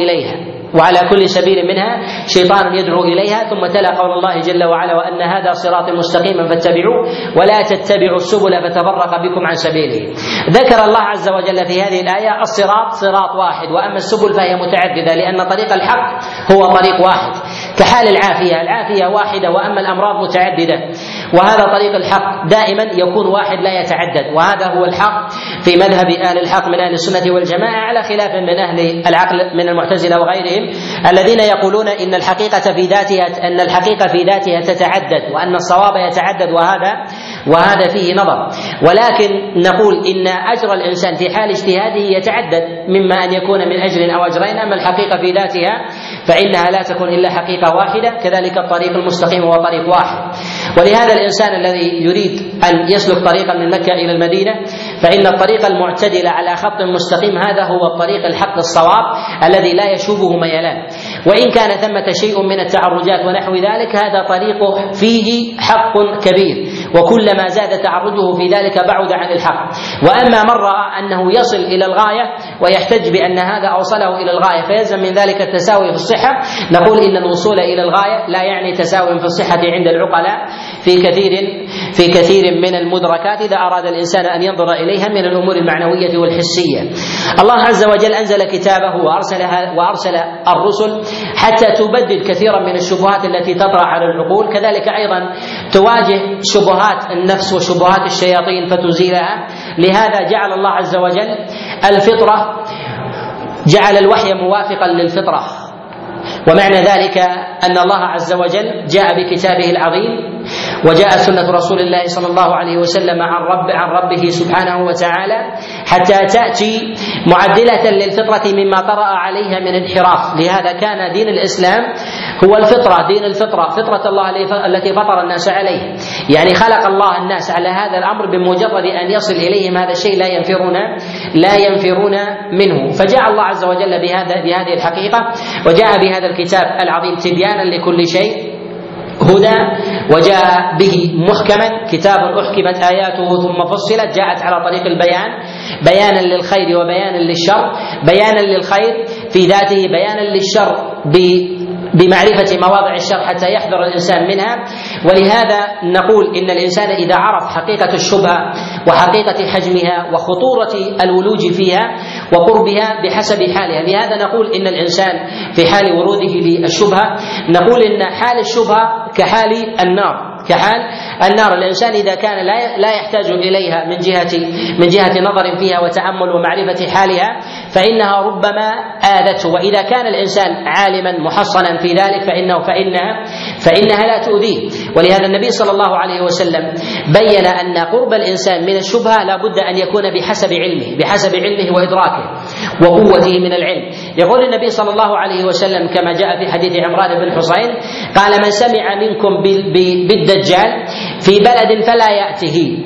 إليها، ثم تلا قول الله جل وعلا: وأن هذا صراط مستقيما فاتبعوه ولا تتبعوا السبل فتفرق بكم عن سبيله. ذكر الله عز وجل في هذه الآية الصراط صراط واحد، وأما السبل فهي متعددة، لأن طريق الحق هو طريق واحد، كحال العافية واحدة وأما الأمراض متعددة، وهذا طريق الحق دائما يكون واحد لا يتعدد، وهذا هو الحق في مذهب أهل الحق من أهل السنة والجماعة، على خلاف من أهل العقل من المعتزلة وغيرهم الذين يقولون إن الحقيقة في ذاتها تتعدد، وأن الصواب يتعدد، وهذا فيه نظر. ولكن نقول إن أجر الإنسان في حال اجتهاده يتعدد، مما أن يكون من أجر أو أجرين، أما الحقيقة في ذاتها فإنها لا تكون إلا حقيقة واحدة. كذلك الطريق المستقيم هو طريق واحد. ولهذا الإنسان الذي يريد أن يسلك طريقا من مكة إلى المدينة فإن الطريق المعتدل على خط مستقيم هذا هو الطريق الحق الصواب الذي لا يشوبه ميلان، وإن كان ثمة شيء من التعرجات ونحو ذلك هذا طريق فيه حق كبير، وكلما زاد تعرجه في ذلك بعد عن الحق. وأما من رأى أنه يصل إلى الغاية ويحتج بأن هذا أوصله إلى الغاية فيلزم من ذلك التساوي في الصحة، نقول إن الوصول إلى الغاية لا يعني تساوي في الصحة عند العقلاء في كثير من المدركات إذا أراد الإنسان أن ينظر إليها من الأمور المعنوية والحسية. الله عز وجل أنزل كتابه وأرسل الرسل حتى تبدد كثيرا من الشبهات التي تطرأ على العقول، كذلك أيضا تواجه شبهات النفس وشبهات الشياطين فتزيلها. لهذا جعل الله عز وجل جعل الوحي موافقا للفطرة، ومعنى ذلك أن الله عز وجل جاء بكتابه العظيم وجاء سنة رسول الله صلى الله عليه وسلم عن ربه سبحانه وتعالى حتى تأتي معدلة للفطرة مما طرأ عليها من انحراف. لهذا كان دين الإسلام هو دين الفطرة، فطرة الله التي فطر الناس عليه، يعني خلق الله الناس على هذا الأمر بمجرد أن يصل إليهم هذا الشيء لا ينفرون منه. فجاء الله عز وجل بهذه الحقيقة وجاء بهذا الكتاب العظيم تبيانا لكل شيء، هدى، وجاء به محكما، كتاب أحكمت آياته ثم فصلت، جاءت على طريق البيان، بيانا للخير وبيانا للشر، بيانا للخير في ذاته، بيانا للشر بمعرفة مواضع الشر حتى يحذر الإنسان منها. ولهذا نقول إن الإنسان إذا عرف حقيقة الشبهة وحقيقة حجمها وخطورة الولوج فيها وقربها بحسب حالها، لهذا نقول إن الإنسان في حال وروده للشبهة نقول إن حال الشبهة كحال النار، الإنسان إذا كان لا يحتاج إليها من جهة نظر فيها وتأمل ومعرفة حالها فإنها ربما آذته، وإذا كان الإنسان عالما محصنا في ذلك فإنها لا تؤذيه. ولهذا النبي صلى الله عليه وسلم بين أن قرب الإنسان من الشبهة لا بد أن يكون بحسب علمه وإدراكه وقوته من العلم. يقول النبي صلى الله عليه وسلم كما جاء في حديث عمران بن حصين قال: من سمع منكم بالدجال في بلد فلا يأته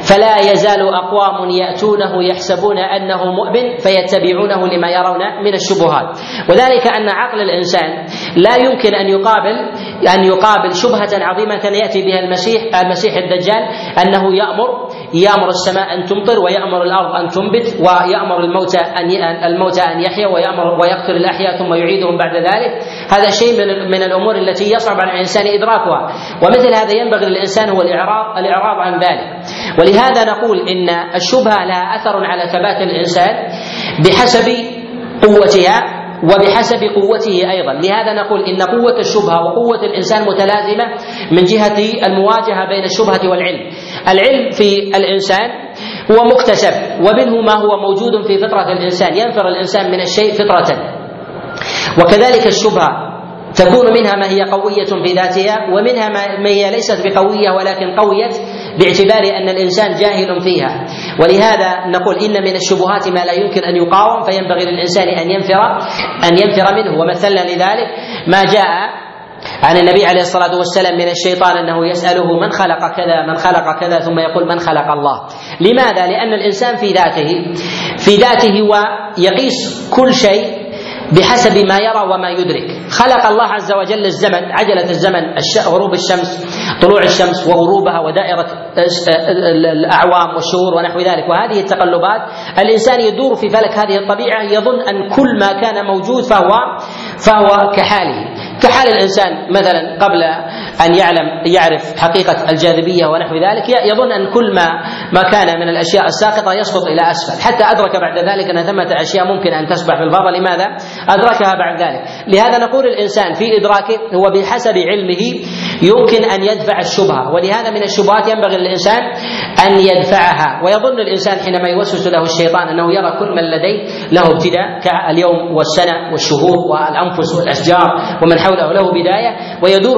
فلا يزال أقوام يأتونه يحسبون أنه مؤمن فيتبعونه لما يرون من الشبهات. وذلك أن عقل الإنسان لا يمكن أن يقابل شبهة عظيمة يأتي بها المسيح الدجال، أنه يأمر السماء أن تمطر، ويأمر الأرض أن تنبت، ويأمر الموتى أن يحيى، ويقتل الأحياء ثم يعيدهم بعد ذلك. هذا شيء من الأمور التي يصعب على الإنسان إدراكها، ومثل هذا ينبغي للإنسان هو الإعراض عن ذلك. ولهذا نقول إن الشبهة لها أثر على ثبات الإنسان بحسب قوتها وبحسب قوته أيضا. لهذا نقول إن قوة الشبهة وقوة الإنسان متلازمة من جهة المواجهة بين الشبهة والعلم. العلم في الإنسان هو مكتسب، ومنه ما هو موجود في فطرة الإنسان، ينفر الإنسان من الشيء فطرة. وكذلك الشبهة تكون منها ما هي قوية في ذاتها، ومنها ما هي ليست بقوية ولكن قويت باعتبار أن الإنسان جاهل فيها. ولهذا نقول إن من الشبهات ما لا يمكن أن يقاوم، فينبغي للإنسان أن ينفر منه. ومثلنا لذلك ما جاء عن النبي عليه الصلاة والسلام من الشيطان أنه يسأله من خلق كذا ثم يقول من خلق الله. لماذا؟ لأن الإنسان في ذاته ويقيس كل شيء بحسب ما يرى وما يدرك. خلق الله عز وجل الزمن، عجلة الزمن، غروب الشمس، طلوع الشمس وغروبها، ودائرة الأعوام والشهور ونحو ذلك، وهذه التقلبات. الإنسان يدور في فلك هذه الطبيعة، يظن أن كل ما كان موجود فهو كحال الإنسان مثلا قبل أن يعرف حقيقة الجاذبية ونحو ذلك، يظن أن كل ما كان من الأشياء الساقطة يسقط إلى أسفل، حتى أدرك بعد ذلك أن ثمة أشياء ممكن أن تسبح في الفضاء. لماذا؟ أدركها بعد ذلك. لهذا نقول الإنسان في إدراكه هو بحسب علمه يمكن أن يدفع الشبهة، ولهذا من الشبهات ينبغي للإنسان أن يدفعها. ويظن الإنسان حينما يوسوس له الشيطان أنه يرى كل من لديه له ابتداء، كاليوم والسنة والشهور والأنفس والأشجار ومن حوله له بداية، ويدور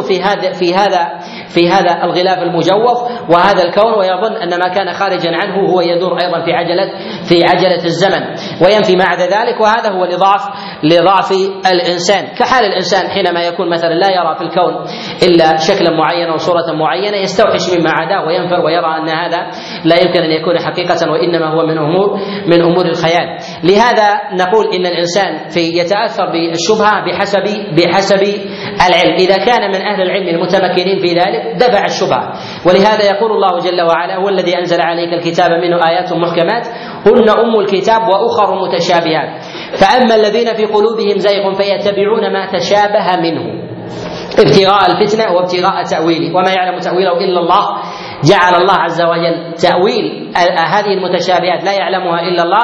في هذا الغلاف المجوف وهذا الكون، ويظن أن ما كان خارجا عنه هو يدور أيضا في عجلة الزمن، وينفي مع ذلك. وهذا هو لضعف الإنسان، كحال الإنسان حينما يكون مثلا لا يرى في الكون إلا شكلا معينا وصورة معينة، يستوحش مما عداه وينفر ويرى أن هذا لا يمكن أن يكون حقيقة، وإنما هو من أمور الخيال. لهذا نقول إن الإنسان يتأثر بالشبهة بحسب العلم. إذا كان من أهل العلم المتمكنين في ذلك دفع الشبهة. ولهذا يقول الله جل وعلا: هو الذي أنزل عليك الكتاب منه آيات محكمات هن أم الكتاب وأخر متشابهات فأما الذين في قلوبهم زيغ فيتبعون ما تشابه منه ابتغاء الفتنة وابتغاء تأويله وما يعلم تأويله إلا الله. جعل الله عز وجل تأويل هذه المتشابهات لا يعلمها إلا الله،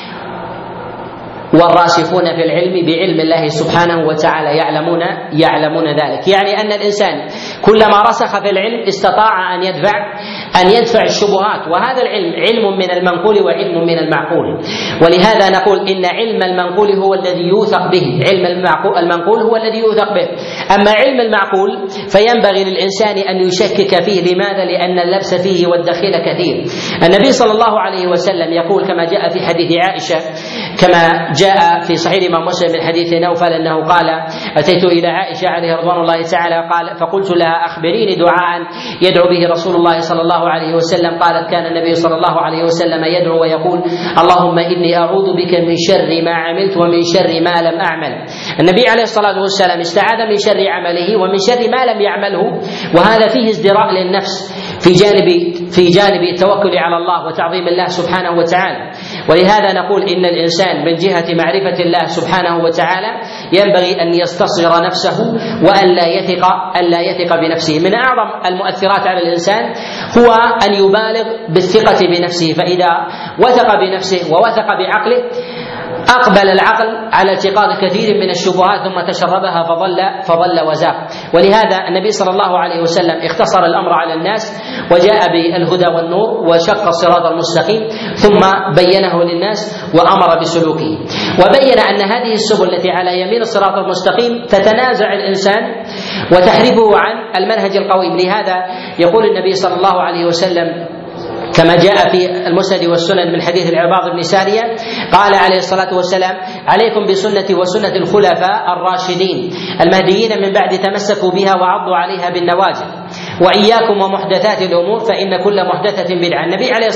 والراسخون في العلم بعلم الله سبحانه وتعالى يعلمون ذلك. يعني أن الإنسان كلما رسخ في العلم استطاع أن يدفع الشبهات، وهذا العلم علم من المنقول وعلم من المعقول. ولهذا نقول إن علم المنقول هو الذي يوثق به، علم المنقول هو الذي يوثق به. أما علم المعقول فينبغي للإنسان أن يشكك فيه. لماذا؟ لأن اللبس فيه والدخيل كثير. النبي صلى الله عليه وسلم يقول كما جاء في حديث عائشة، كما جاء في صحيح الإمام مسلم من حديث نوفل أنه قال: أتيت إلى عائشة عليه رضوان الله تعالى فقلت لها: أخبريني دعاء يدعو به رسول الله صلى الله عليه وسلم. قالت: كان النبي صلى الله عليه وسلم يدعو ويقول: اللهم إني أعوذ بك من شر ما عملت ومن شر ما لم أعمل. النبي عليه الصلاة والسلام استعاذ من شر عمله ومن شر ما لم يعمله، وهذا فيه ازدراء للنفس في جانب التوكل على الله وتعظيم الله سبحانه وتعالى. ولهذا نقول إن الإنسان من جهة معرفة الله سبحانه وتعالى ينبغي أن يستصغر نفسه وأن لا يثق بنفسه. من أعظم المؤثرات على الإنسان هو أن يبالغ بالثقة بنفسه، فإذا وثق بنفسه ووثق بعقله أقبل العقل على التقاط كثير من الشبهات ثم تشربها فضل وزاغ. ولهذا النبي صلى الله عليه وسلم اختصر الأمر على الناس وجاء بالهدى والنور وشق الصراط المستقيم ثم بينه للناس وأمر بسلوكه، وبين أن هذه السبل التي على يمين الصراط المستقيم تتنازع الإنسان وتحرفه عن المنهج القويم. لهذا يقول النبي صلى الله عليه وسلم كما جاء في المسند والسنن من حديث العرباض بن سارية قال عليه الصلاة والسلام: عليكم بسنتي وسنة الخلفاء الراشدين المهديين من بعد، تمسكوا بها وعضوا عليها بالنواجذ. وإياكم ومحدثات الأمور فإن كل محدثة بدعة. النبي عليه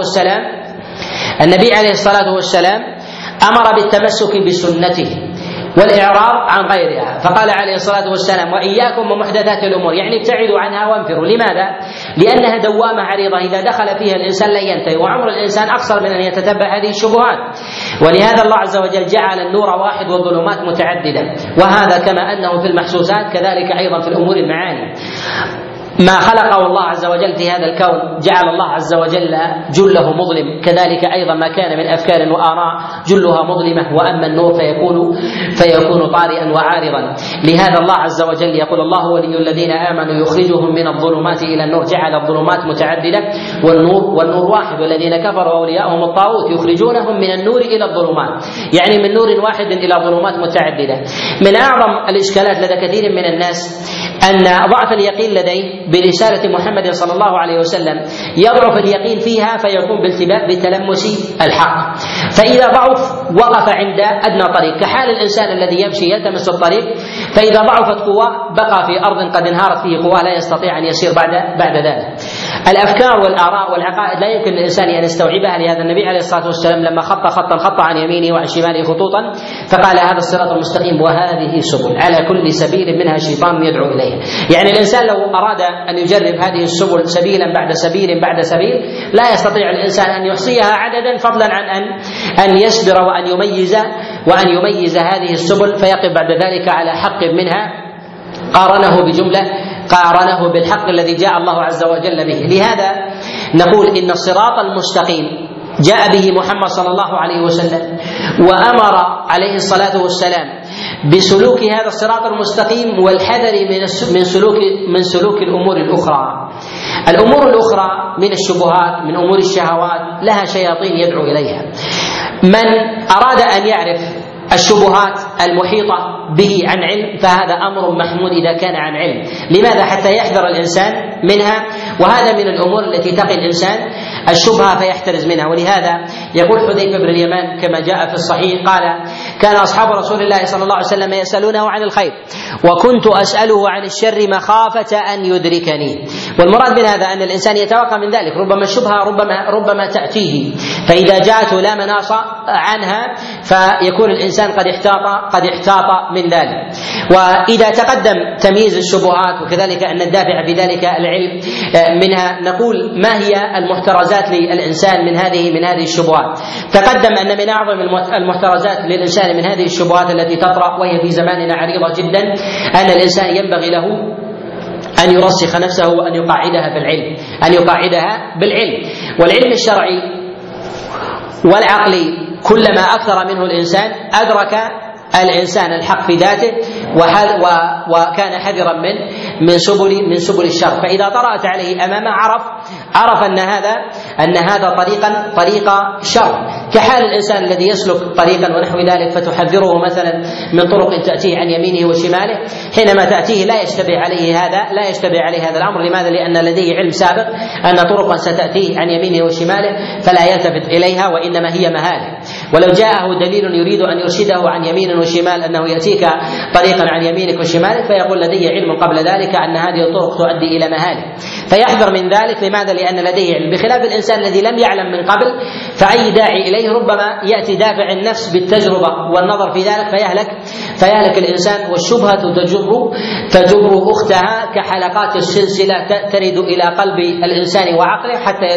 الصلاة والسلام أمر بالتمسك بسنته والإعراض عن غيرها، فقال عليه الصلاة والسلام وإياكم ومحدثات الأمور، يعني ابتعدوا عنها وانفروا. لماذا؟ لأنها دوامة عريضة إذا دخل فيها الإنسان لن ينتهي، وعمر الإنسان أقصر من أن يتتبع هذه الشبهات. ولهذا الله عز وجل جعل النور واحد والظلمات متعددة، وهذا كما أنه في المحسوسات كذلك أيضا في الأمور المعاني. ما خلقه الله عز وجل في هذا الكون جعل الله عز وجل جله مظلم، كذلك أيضا ما كان من أفكار وآراء جلها مظلمة، وأما النور فيكون طارئا وعارضا. لهذا الله عز وجل يقول الله ولي الذين آمنوا يخرجهم من الظلمات إلى النور، جعل الظلمات متعددة والنور واحد، والذين كفروا أولياءهم الطاغوت يخرجونهم من النور إلى الظلمات، يعني من نور واحد إلى ظلمات متعددة. من أعظم الإشكالات لدى كثير من الناس أن ضعف اليقين لديه برسالة محمد صلى الله عليه وسلم، يضعف اليقين فيها فيقوم بالتباء بتلمس الحق، فإذا ضعف وقف عند أدنى طريق، كحال الإنسان الذي يمشي يلتمس الطريق، فإذا ضعفت قواه بقى في أرض قد انهارت فيه قواه لا يستطيع أن يسير بعد ذلك. الأفكار والآراء والعقائد لا يمكن للإنسان أن يستوعبها. لهذا النبي عليه الصلاة والسلام لما خط عن يمينه وعن شماله خطوطا فقال هذا الصراط المستقيم وهذه سبل على كل سبيل منها شيطان يدعو إليه. يعني الإنسان لو أراد أن يجرب هذه السبل سبيلا بعد سبيل بعد سبيل لا يستطيع الإنسان أن يحصيها عددا، فضلا عن أن يصبر وأن يميز هذه السبل فيقف بعد ذلك على حق منها قارنه بالحق الذي جاء الله عز وجل به. لهذا نقول إن الصراط المستقيم جاء به محمد صلى الله عليه وسلم، وأمر عليه الصلاة والسلام بسلوك هذا الصراط المستقيم والحذر من سلوك الأمور الأخرى. الأمور الأخرى من الشبهات من أمور الشهوات لها شياطين يدعو إليها. من أراد أن يعرف الشبهات المحيطة به عن علم فهذا أمر محمود إذا كان عن علم. لماذا؟ حتى يحذر الإنسان منها، وهذا من الأمور التي تقي الإنسان الشبهة فيحترز منها. ولهذا يقول حذيفة بن اليمان كما جاء في الصحيح قال كان أصحاب رسول الله صلى الله عليه وسلم يسألونه عن الخير وكنت أسأله عن الشر مخافة أن يدركني. والمراد من هذا أن الإنسان يتوقع من ذلك، ربما الشبهة ربما تأتيه، فإذا جاءته لا مناص عنها فيكون الإنسان قد احتاط من ذلك. وإذا تقدم تمييز الشبهات وكذلك أن الدافع بذلك العلم منها، نقول ما هي المحترزات للإنسان من هذه الشبهات. تقدم أن من أعظم المحترزات للإنسان من هذه الشبهات التي تطرأ وهي في زماننا عريضة جدا أن الإنسان ينبغي له أن يرسخ نفسه وأن يقاعدها بالعلم. والعلم الشرعي والعقلي كلما أكثر منه الإنسان أدرك الإنسان الحق في ذاته وكان حذرا من سبل الشر، فإذا طرأت عليه أمامه عرف أن هذا طريق شر، كحال الإنسان الذي يسلك طريقا ونحو ذلك فتحذره مثلا من طرق تأتيه عن يمينه وشماله، حينما تأتيه لا يشتبه عليه هذا الأمر. لماذا؟ لأن لديه علم سابق أن طرقا ستأتيه عن يمينه وشماله فلا يلتفت إليها وإنما هي مهالك. ولو جاءه دليل يريد أن يرشده عن يمين وشمال أنه يأتيك طريقا عن يمينك وشمالك فيقول لدي علم قبل ذلك أن هذه الطرق تؤدي إلى مهالك، فيحذر من ذلك. لماذا؟ لأن لديه علم، بخلاف الإنسان الذي لم يعلم من قبل فأي داعي إليه ربما يأتي دافع النفس بالتجربة والنظر في ذلك فيهلك الإنسان. والشبهة تجر أختها كحلقات السلسلة ترد إلى قلب الإنسان وعقله حتى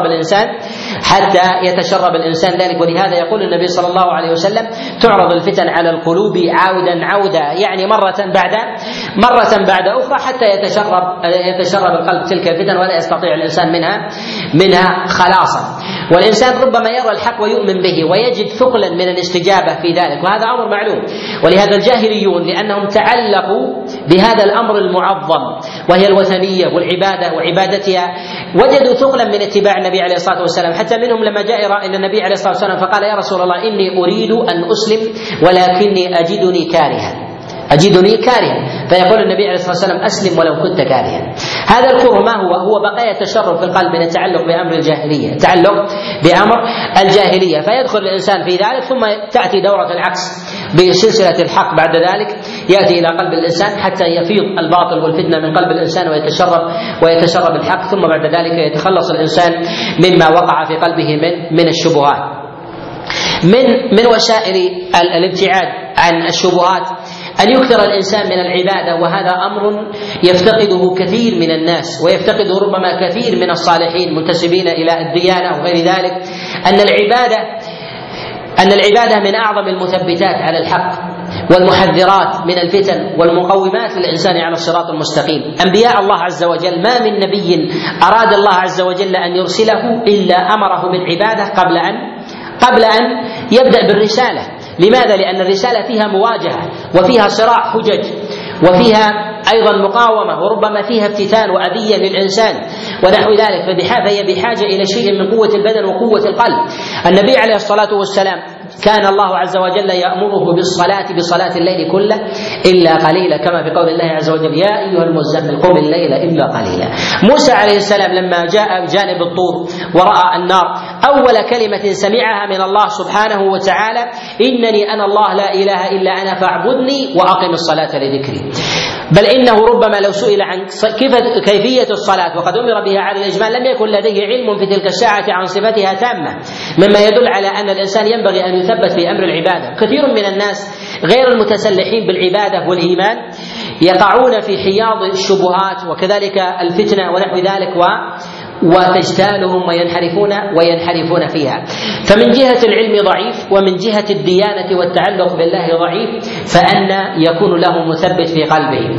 يتشرب الإنسان ذلك. ولهذا يقول النبي صلى الله عليه وسلم تعرض الفتن على القلوب عودا، يعني مرة بعد أخرى حتى يتشرب القلب تلك الفتن ولا يستطيع الإنسان منها خلاصا. والإنسان ربما يرى الحق ويؤمن به ويجد ثقلا من الاستجابة في ذلك، وهذا أمر معلوم. ولهذا الجاهليون لأنهم تعلقوا بهذا الأمر المعظم وهي الوثنية والعبادة وعبادتها وجدوا ثقلا من اتباع النبي عليه الصلاة والسلام. حتى منهم لما جاء إلى النبي عليه الصلاة والسلام فقال يا رسول الله إني أريد أن أسلم ولكني أجدني كارها. أجدني كارها، فيقول النبي عليه الصلاة والسلام أسلم ولو كنت كارها. هذا الكره ما هو بقايا تشرب في القلب من التعلق بأمر الجاهلية، فيدخل الإنسان في ذلك، ثم تأتي دورة العكس بسلسلة الحق بعد ذلك يأتي إلى قلب الإنسان حتى يفيض الباطل والفتنة من قلب الإنسان ويتشرب الحق، ثم بعد ذلك يتخلص الإنسان مما وقع في قلبه من الشبهات. من وسائل الابتعاد عن الشبهات أن يكثر الإنسان من العبادة، وهذا أمر يفتقده كثير من الناس، ويفتقده ربما كثير من الصالحين منتسبين إلى الديانة وغير ذلك، أن العبادة من أعظم المثبتات على الحق والمحذرات من الفتن والمقومات للإنسان على الصراط المستقيم. أنبياء الله عز وجل ما من نبي أراد الله عز وجل أن يرسله إلا أمره بالعبادة قبل أن يبدأ بالرسالة. لماذا؟ لأن الرسالة فيها مواجهة، وفيها صراع حجج، وفيها أيضا مقاومة، وربما فيها افتتان وأذية للإنسان ونحو ذلك، فهي بحاجة إلى شيء من قوة البدن وقوة القلب. النبي عليه الصلاة والسلام كان الله عز وجل يأمره بصلاة الليل كله إلا قليلا، كما في قول الله عز وجل يا أيها المزمل قم الليل إلا قليلا. موسى عليه السلام لما جاء بجانب الطور ورأى النار، أول كلمة سمعها من الله سبحانه وتعالى إنني أنا الله لا إله إلا أنا فاعبدني وأقم الصلاة لذكري. بل إنه ربما لو سئل عن كيفية الصلاة وقد أمر بها على الإجمال لم يكن لديه علم في تلك الساعة عن صفتها تامة، مما يدل على أن الإنسان ينبغي أن يثبت في أمر العبادة. كثير من الناس غير المتسلحين بالعبادة والإيمان يقعون في حياض الشبهات وكذلك الفتنة ونحو ذلك وتجتالهم وينحرفون فيها. فمن جهة العلم ضعيف، ومن جهة الديانة والتعلق بالله ضعيف، فأن يكون له مثبت في قلبه.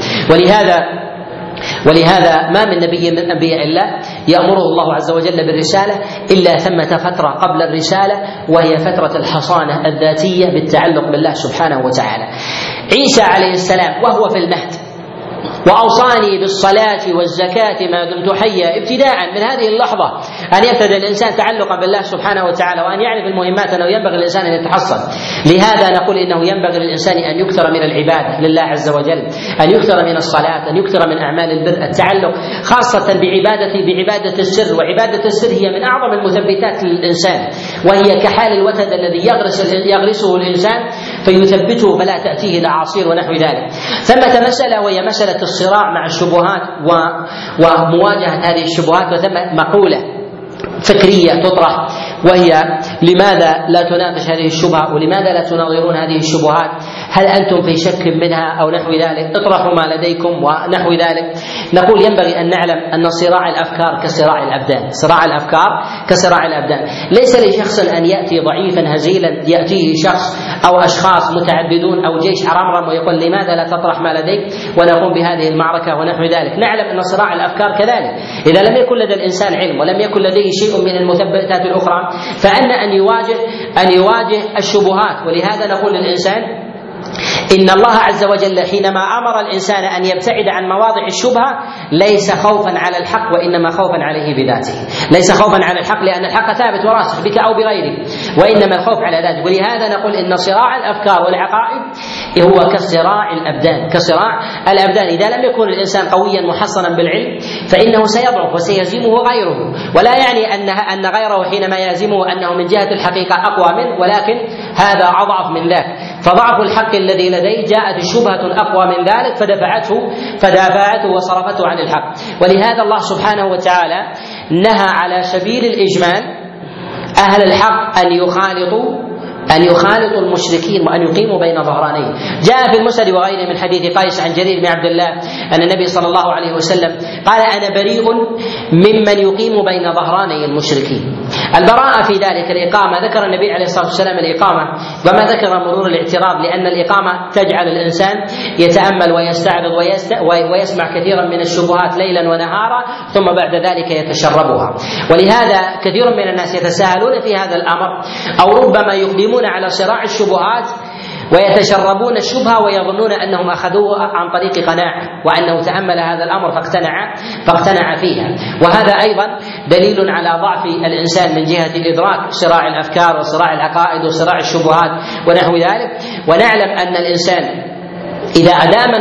ولهذا ما من نبي من أنبياء الله يأمره الله عز وجل بالرسالة إلا ثمة فترة قبل الرسالة، وهي فترة الحصانة الذاتية بالتعلق بالله سبحانه وتعالى. عيسى عليه السلام وهو في المهد وأوصاني بالصلاة والزكاة ما دمت حيا، ابتداء من هذه اللحظة أن يبتدأ الإنسان تعلقا بالله سبحانه وتعالى، وأن يعرف المهمات أنه ينبغي للإنسان أن يتحصن. لهذا نقول إنه ينبغي للإنسان أن يكثر من العبادة لله عز وجل، أن يكثر من الصلاة، أن يكثر من أعمال البر، التعلق خاصة بعبادة السر. وعبادة السر هي من أعظم المثبتات للإنسان، وهي كحال الوتد الذي يغرسه الإنسان فيثبته فلا تأتيه الأعاصير ونحو ذلك. ثمة مسألة وهي مسألة الصراع مع الشبهات ومواجهة هذه الشبهات، وثم مقولة فكرية تطرح، وهي لماذا لا تناقش هذه الشبهة، ولماذا لا تناظرون هذه الشبهات؟ هل أنتم في شك منها أو نحو ذلك؟ اطرحوا ما لديكم ونحو ذلك. نقول ينبغي أن نعلم أن صراع الأفكار كصراع الأبدان، صراع الأفكار كصراع الأبدان. ليس لشخص أن يأتي ضعيفا هزيلا يأتيه شخص أو أشخاص متعددون أو جيش عرمرم ويقول لماذا لا تطرح ما لديك ونقوم بهذه المعركة ونحو ذلك. نعلم أن صراع الأفكار كذلك، إذا لم يكن لدى الإنسان علم ولم يكن لديه شيء من المثبتات الأخرى فأن يواجه الشبهات. ولهذا نقول للإنسان إن الله عز وجل حينما أمر الإنسان أن يبتعد عن مواضع الشبهة ليس خوفا على الحق، وإنما خوفا عليه بذاته. ليس خوفا على الحق لأن الحق ثابت وراسخ بك أو بغيرك، وإنما الخوف على ذاته. ولهذا نقول إن صراع الأفكار والعقائد هو كصراع الأبدان. إذا لم يكن الإنسان قويا محصنا بالعلم فإنه سيضعف وسيهزمه غيره، ولا يعني أن غيره حينما يهزمه أنه من جهة الحقيقة أقوى منه، ولكن هذا أضعف من ذاك. فضعف الحق الذي لديه جاءت شبهة أقوى من ذلك فدافعته وصرفته عن الحق. ولهذا الله سبحانه وتعالى نهى على سبيل الإجمال أهل الحق أن يخالطوا المشركين وأن يقيموا بين ظهرانيه. جاء في المسند وغيره من حديث قيس عن جرير بن عبد الله أن النبي صلى الله عليه وسلم قال أنا بريء ممن يقيم بين ظهراني المشركين. البراءة في ذلك الإقامة، ذكر النبي عليه الصلاة والسلام الإقامة وما ذكر مرور الاعتراض، لأن الإقامة تجعل الإنسان يتأمل ويستعرض ويسمع كثيرا من الشبهات ليلا ونهارا ثم بعد ذلك يتشربها. ولهذا كثير من الناس يتساهلون في هذا الأمر، أو ربما يقدمون على صراع الشبهات ويتشربون الشبهة ويظنون أنهم أخذوه عن طريق قناعة، وأنه تأمل هذا الأمر فاقتنع فيها. وهذا أيضا دليل على ضعف الإنسان من جهة إدراك صراع الأفكار وصراع العقائد وصراع الشبهات ونحو ذلك. ونعلم أن الإنسان إذا أدام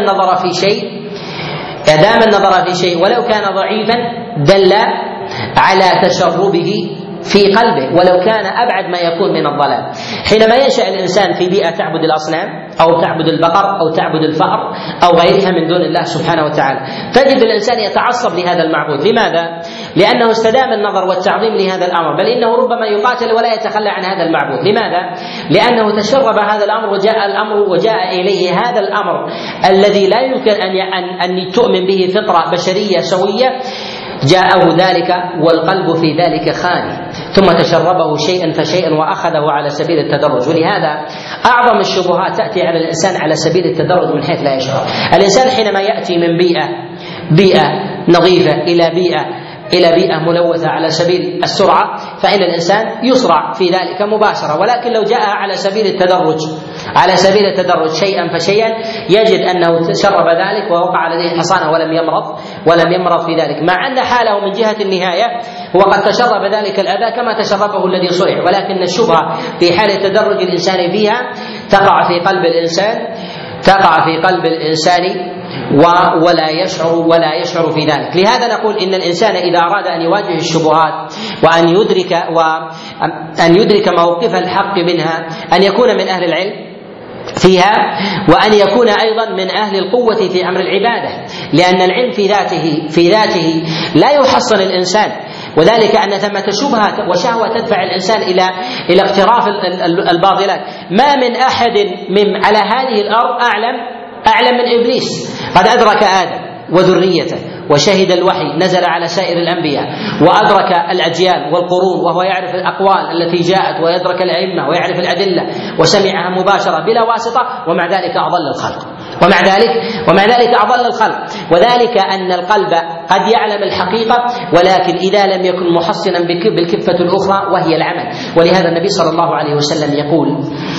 النظر في شيء ولو كان ضعيفا دل على تشربه في قلبه ولو كان أبعد ما يكون من الضلال. حينما ينشأ الإنسان في بيئة تعبد الأصنام أو تعبد البقر أو تعبد الفأر أو غيرها من دون الله سبحانه وتعالى، تجد الإنسان يتعصب لهذا المعبود. لماذا؟ لأنه استدام النظر والتعظيم لهذا الأمر، بل إنه ربما يقاتل ولا يتخلى عن هذا المعبود. لماذا؟ لأنه تشرب هذا الأمر وجاء إليه هذا الأمر الذي لا يمكن أن تؤمن به فطرة بشرية سوية، جاءه ذلك والقلب في ذلك خالي، ثم تشربه شيئا فشيئا وأخذه على سبيل التدرج. ولهذا أعظم الشبهات تأتي على الإنسان على سبيل التدرج من حيث لا يشعر. الإنسان حينما يأتي من بيئة نظيفة إلى بيئة ملوثة على سبيل السرعة، فإن الإنسان يسرع في ذلك مباشرة، ولكن لو جاء على سبيل التدرج شيئا فشيئا يجد أنه تشرب ذلك ووقع لديه حصانة ولم يمرض في ذلك، مع أن حاله من جهة النهاية هو قد تشرب ذلك الأذى كما تشربه الذي صرع، ولكن الشبهة في حال التدرج الإنسان فيها تقع في قلب الإنسان ولا يشعر في ذلك. لهذا نقول إن الإنسان إذا أراد أن يواجه الشبهات وأن يدرك موقف الحق منها أن يكون من أهل العلم فيها، وأن يكون أيضا من أهل القوة في أمر العبادة، لأن العلم في ذاته لا يحصن الإنسان، وذلك أن ثمة شبهة وشهوة تدفع الإنسان إلى اقتراف الباطلات. ما من أحد على هذه الأرض أعلم من إبليس، قد أدرك آدم وذريته وشهد الوحي نزل على سائر الأنبياء وأدرك الأجيال والقرون، وهو يعرف الأقوال التي جاءت ويدرك الأئمة ويعرف الأدلة وسمعها مباشرة بلا واسطة، ومع ذلك أضل الخلق. وذلك أن القلب قد يعلم الحقيقة، ولكن إذا لم يكن محصنا بالكفة الأخرى وهي العمل. ولهذا النبي صلى الله عليه وسلم يقول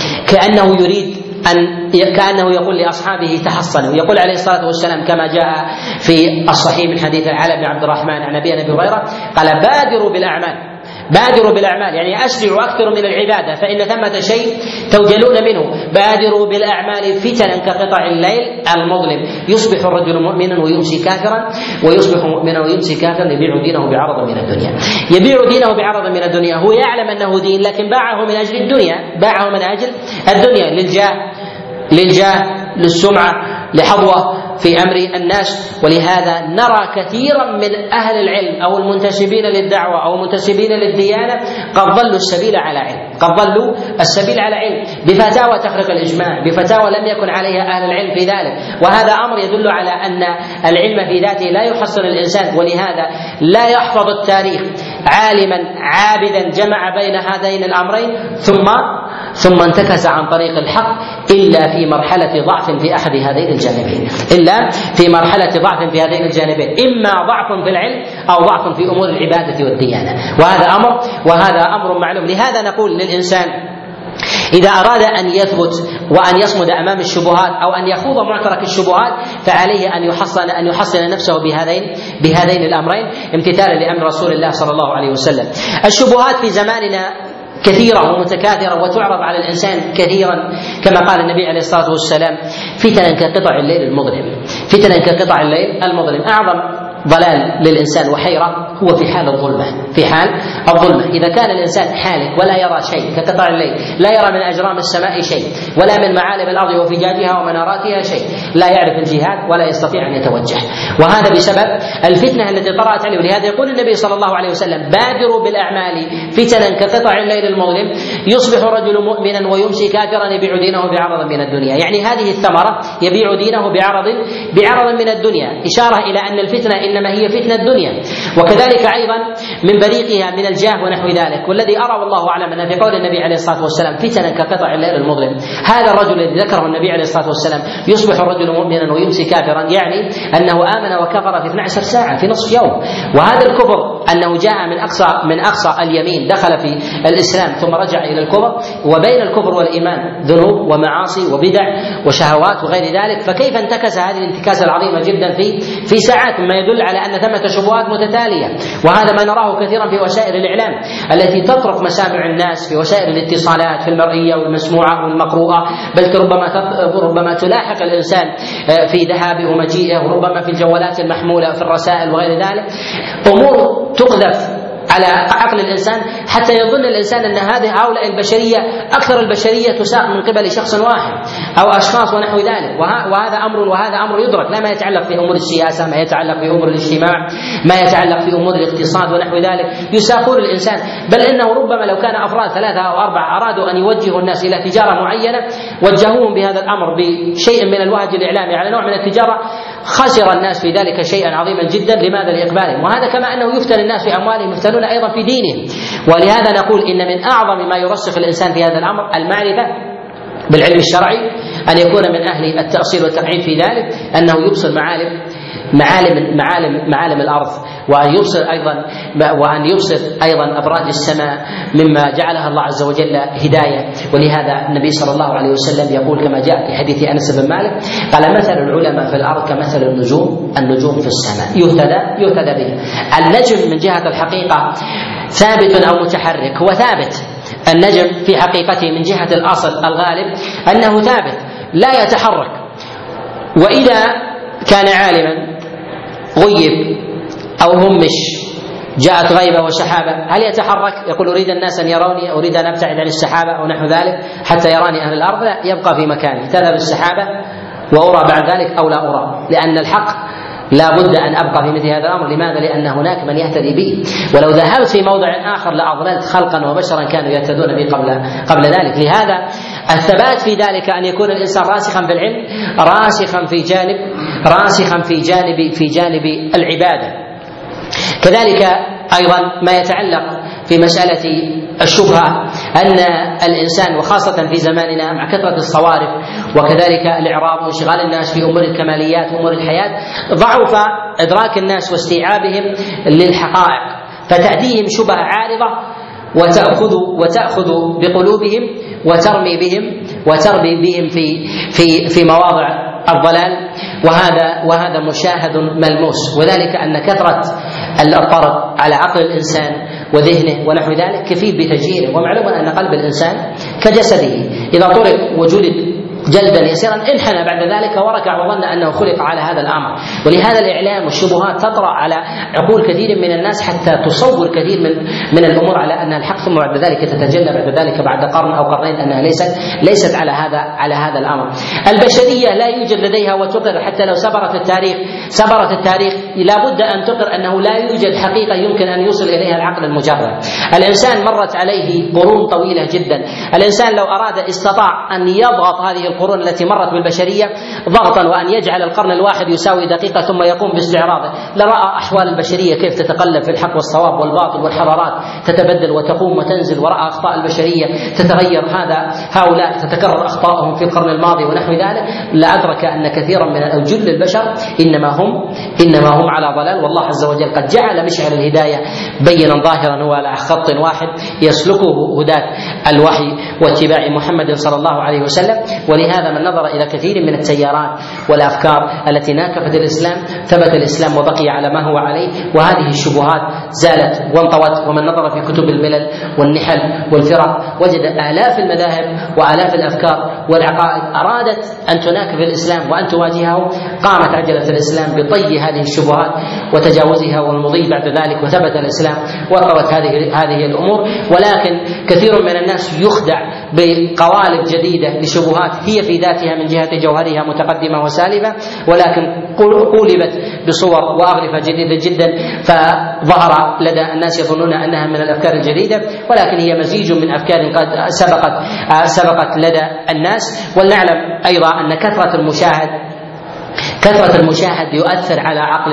كأنه يقول لأصحابه تحصنوا، يقول عليه الصلاة والسلام كما جاء في الصحيح من حديث علي بن عبد الرحمن عن أبي هريرة قال بادروا بالأعمال، يعني أسرعوا أكثر من العبادة فإن ثمة شيء توجلون منه. بادروا بالأعمال فتنا كقطع الليل المظلم، يصبح الرجل مؤمنا ويمسي كافرا ويصبح مؤمنا ويمسي كافرا يبيع دينه بعرض من الدنيا. هو يعلم أنه دين، لكن باعه من أجل الدنيا، للجاه للسمعة لحظوة في أمر الناس. ولهذا نرى كثيرا من أهل العلم أو المنتسبين للدعوة أو المنتسبين للديانة قد ضلوا السبيل على علم بفتاوى تخرق الإجماع، بفتاوى لم يكن عليها أهل العلم في ذلك. وهذا أمر يدل على أن العلم في ذاته لا يحصن الإنسان، ولهذا لا يحفظ التاريخ عالما عابدا جمع بين هذين الأمرين ثم انتكس عن طريق الحق إلا في مرحلة ضعف في أحد هذين الجانبين، إما ضعف في العلم أو ضعف في أمور العبادة والديانة، وهذا أمر معلوم. لهذا نقول للإنسان إذا أراد أن يثبت وأن يصمد أمام الشبهات أو أن يخوض معترك الشبهات فعليه أن يحصن نفسه بهذين الأمرين امتثالا لأمر رسول الله صلى الله عليه وسلم. الشبهات في زماننا كثيرة ومتكاثرة وتعرض على الإنسان كثيرا، كما قال النبي عليه الصلاة والسلام فتنا كقطع الليل المظلم. أعظم ضلال للإنسان وحيرة هو في حال الظلمة. إذا كان الإنسان حالك ولا يرى شيء كقطع الليل، لا يرى من أجرام السماء شيء ولا من معالم الأرض وفجاجها ومناراتها شيء، لا يعرف الجهات ولا يستطيع أن يتوجه، وهذا بسبب الفتنة التي طرأت عليه. ولهذا يقول النبي صلى الله عليه وسلم بادروا بالأعمال فتنا كقطع الليل المظلم، يصبح الرجل مؤمنا ويمسي كافرا يبيع دينه بعرض من الدنيا. يعني هذه الثمرة يبيع دينه بعرض من الدنيا، إشارة إلى أن الفتنة إنما هي فتنة الدنيا، وكذلك أيضا من بريقها من الجاه ونحو ذلك. والذي أرى والله أعلم أن في قول النبي عليه الصلاة والسلام فتنا كقطع الليل المظلم، هذا الرجل الذي ذكره النبي عليه الصلاة والسلام يصبح الرجل مؤمنا ويمسي كافرا، يعني أنه آمن وكفر في 12 ساعة في نصف يوم. وهذا الكفر أنه جاء من أقصى اليمين، دخل في الإسلام ثم رجع إلى الكفر، وبين الكفر والإيمان ذنوب ومعاصي وبدع وشهوات وغير ذلك، فكيف انتكس هذه الانتكاسة العظيمة جدا في ساعات، مما يدل على أن ثمة شبهات متتالية. وهذا ما نراه كثيرا في وسائل الإعلام التي تطرق مسامع الناس في وسائل الاتصالات، في المرئية والمسموعة والمقروءة، بل ربما تلاحق الإنسان في ذهابه ومجيئه، وربما في الجوالات المحمولة في الرسائل وغير ذلك، أمور تقذف على عقل الإنسان حتى يظن الإنسان أن هؤلاء البشرية أكثر البشرية تساق من قبل شخص واحد أو أشخاص ونحو ذلك. وهذا أمر يدرك، لا ما يتعلق في أمور السياسة، ما يتعلق في أمور الاجتماع، ما يتعلق في أمور الاقتصاد ونحو ذلك، يساقون الإنسان. بل إنه ربما لو كان أفراد 3 أو 4 أرادوا أن يوجهوا الناس إلى تجارة معينة، وجهوهم بهذا الأمر بشيء من الوهج الإعلامي على نوع من التجارة، خسر الناس في ذلك شيئا عظيما جدا. لماذا؟ لإقبالهم. وهذا كما أنه يفتن الناس في أموالهم، يفتنون أيضا في دينهم. ولهذا نقول إن من أعظم ما يرسخ الإنسان في هذا الأمر المعرفة بالعلم الشرعي، أن يكون من أهل التأصيل والتقعيد في ذلك، أنه يبصر معالم الأرض، وأن يبصر أيضا أبراج السماء مما جعلها الله عز وجل هداية. ولهذا النبي صلى الله عليه وسلم يقول كما جاء في حديث أنس بن مالك قال: مثل العلماء في الأرض كمثل النجوم في السماء يهتدى به. النجم من جهة الحقيقة ثابت أو متحرك، هو ثابت. النجم في حقيقته من جهة الأصل الغالب أنه ثابت لا يتحرك. وإذا كان عالما غيب أو همش، جاءت غيبة وسحابة، هل يتحرك يقول أريد الناس أن يروني، أريد أن أبتعد عن السحابة أو نحو ذلك حتى يراني أهل الأرض؟ لا، يبقى في مكانه، تذهب السحابة وأرى بعد ذلك أو لا أرى، لأن الحق لا بد أن أبقى في مثل هذا الأمر. لماذا؟ لأن هناك من يهتدي به، ولو ذهبت في موضع آخر لأضللت خلقا وبشرا كانوا يهتدون به قبل ذلك. لهذا الثبات في ذلك أن يكون الإنسان راسخا في العلم، راسخا في جانب العبادة. كذلك أيضا ما يتعلق في مسألة الشبهة، أن الإنسان وخاصة في زماننا مع كثرة الصوارف وكذلك الإعراض وانشغال الناس في أمور الكماليات وأمور الحياة، ضعف إدراك الناس واستيعابهم للحقائق، فتأتيهم شبهة عارضة وتأخذ بقلوبهم وترمي بهم في مواضع الضلال. وهذا مشاهد ملموس، وذلك أن كثرة الطرد على عقل الإنسان وذهنه ونحو ذلك كفيل بتجهيله. ومعلوم أن قلب الإنسان كجسده، إذا طرق وجلد جلدا يسيرا انحنى بعد ذلك وركع وظن أنه خلق على هذا الأمر. ولهذا الإعلام والشبهات تطرأ على عقول كثير من الناس حتى تصور كثير من الأمور على أنها الحق، ثم بعد ذلك تتجلى بعد ذلك بعد قرن أو قرنين أنها ليست على هذا الأمر. البشرية لا يوجد لديها وتقر، حتى لو سبرت التاريخ لا بد أن تقر أنه لا يوجد حقيقة يمكن أن يوصل إليها العقل المجرد. الإنسان مرت عليه قرون طويلة جدا، الإنسان لو أراد استطاع أن يضغط هذه القرون التي مرت بالبشرية ضغطا، وأن يجعل القرن الواحد يساوي دقيقة ثم يقوم باستعراضه، لرأى أحوال البشرية كيف تتقلب في الحق والصواب والباطل، والحضارات تتبدل وتقوم وتنزل، ورأى أخطاء البشرية تتغير، هؤلاء تتكرر أخطائهم في القرن الماضي ونحو ذلك، لأدرك أن كثيرا من جل البشر إنما هم على ضلال. والله عز وجل قد جعل مشعل الهداية بينا ظاهرا هو على خط واحد يسلكه هداة الوحي واتباع محمد صلى الله عليه وسلم. ولهذا من نظر إلى كثير من التيارات والأفكار التي ناكفت الإسلام ثبت الإسلام وبقي على ما هو عليه، وهذه الشبهات زالت وانطوت. ومن نظر في كتب الملل والنحل والفرق وجد آلاف المذاهب وآلاف الأفكار والعقائد أرادت أن تناكف الإسلام وأن تواجهه، قامت عجلة الإسلام بطي هذه الشبهات وتجاوزها والمضي بعد ذلك، وثبت الإسلام وانطوت هذه الأمور. ولكن كثير من الناس يخدع بقوالب جديدة لشبهات هي في ذاتها من جهة جوهرها متقدمة وسالبة، ولكن قولبت بصور وأغرفة جديدة جدا، فظهر لدى الناس يظنون أنها من الأفكار الجديدة، ولكن هي مزيج من أفكار قد سبقت لدى الناس. ولنعلم أيضا أن كثرة المشاهد يؤثر على عقل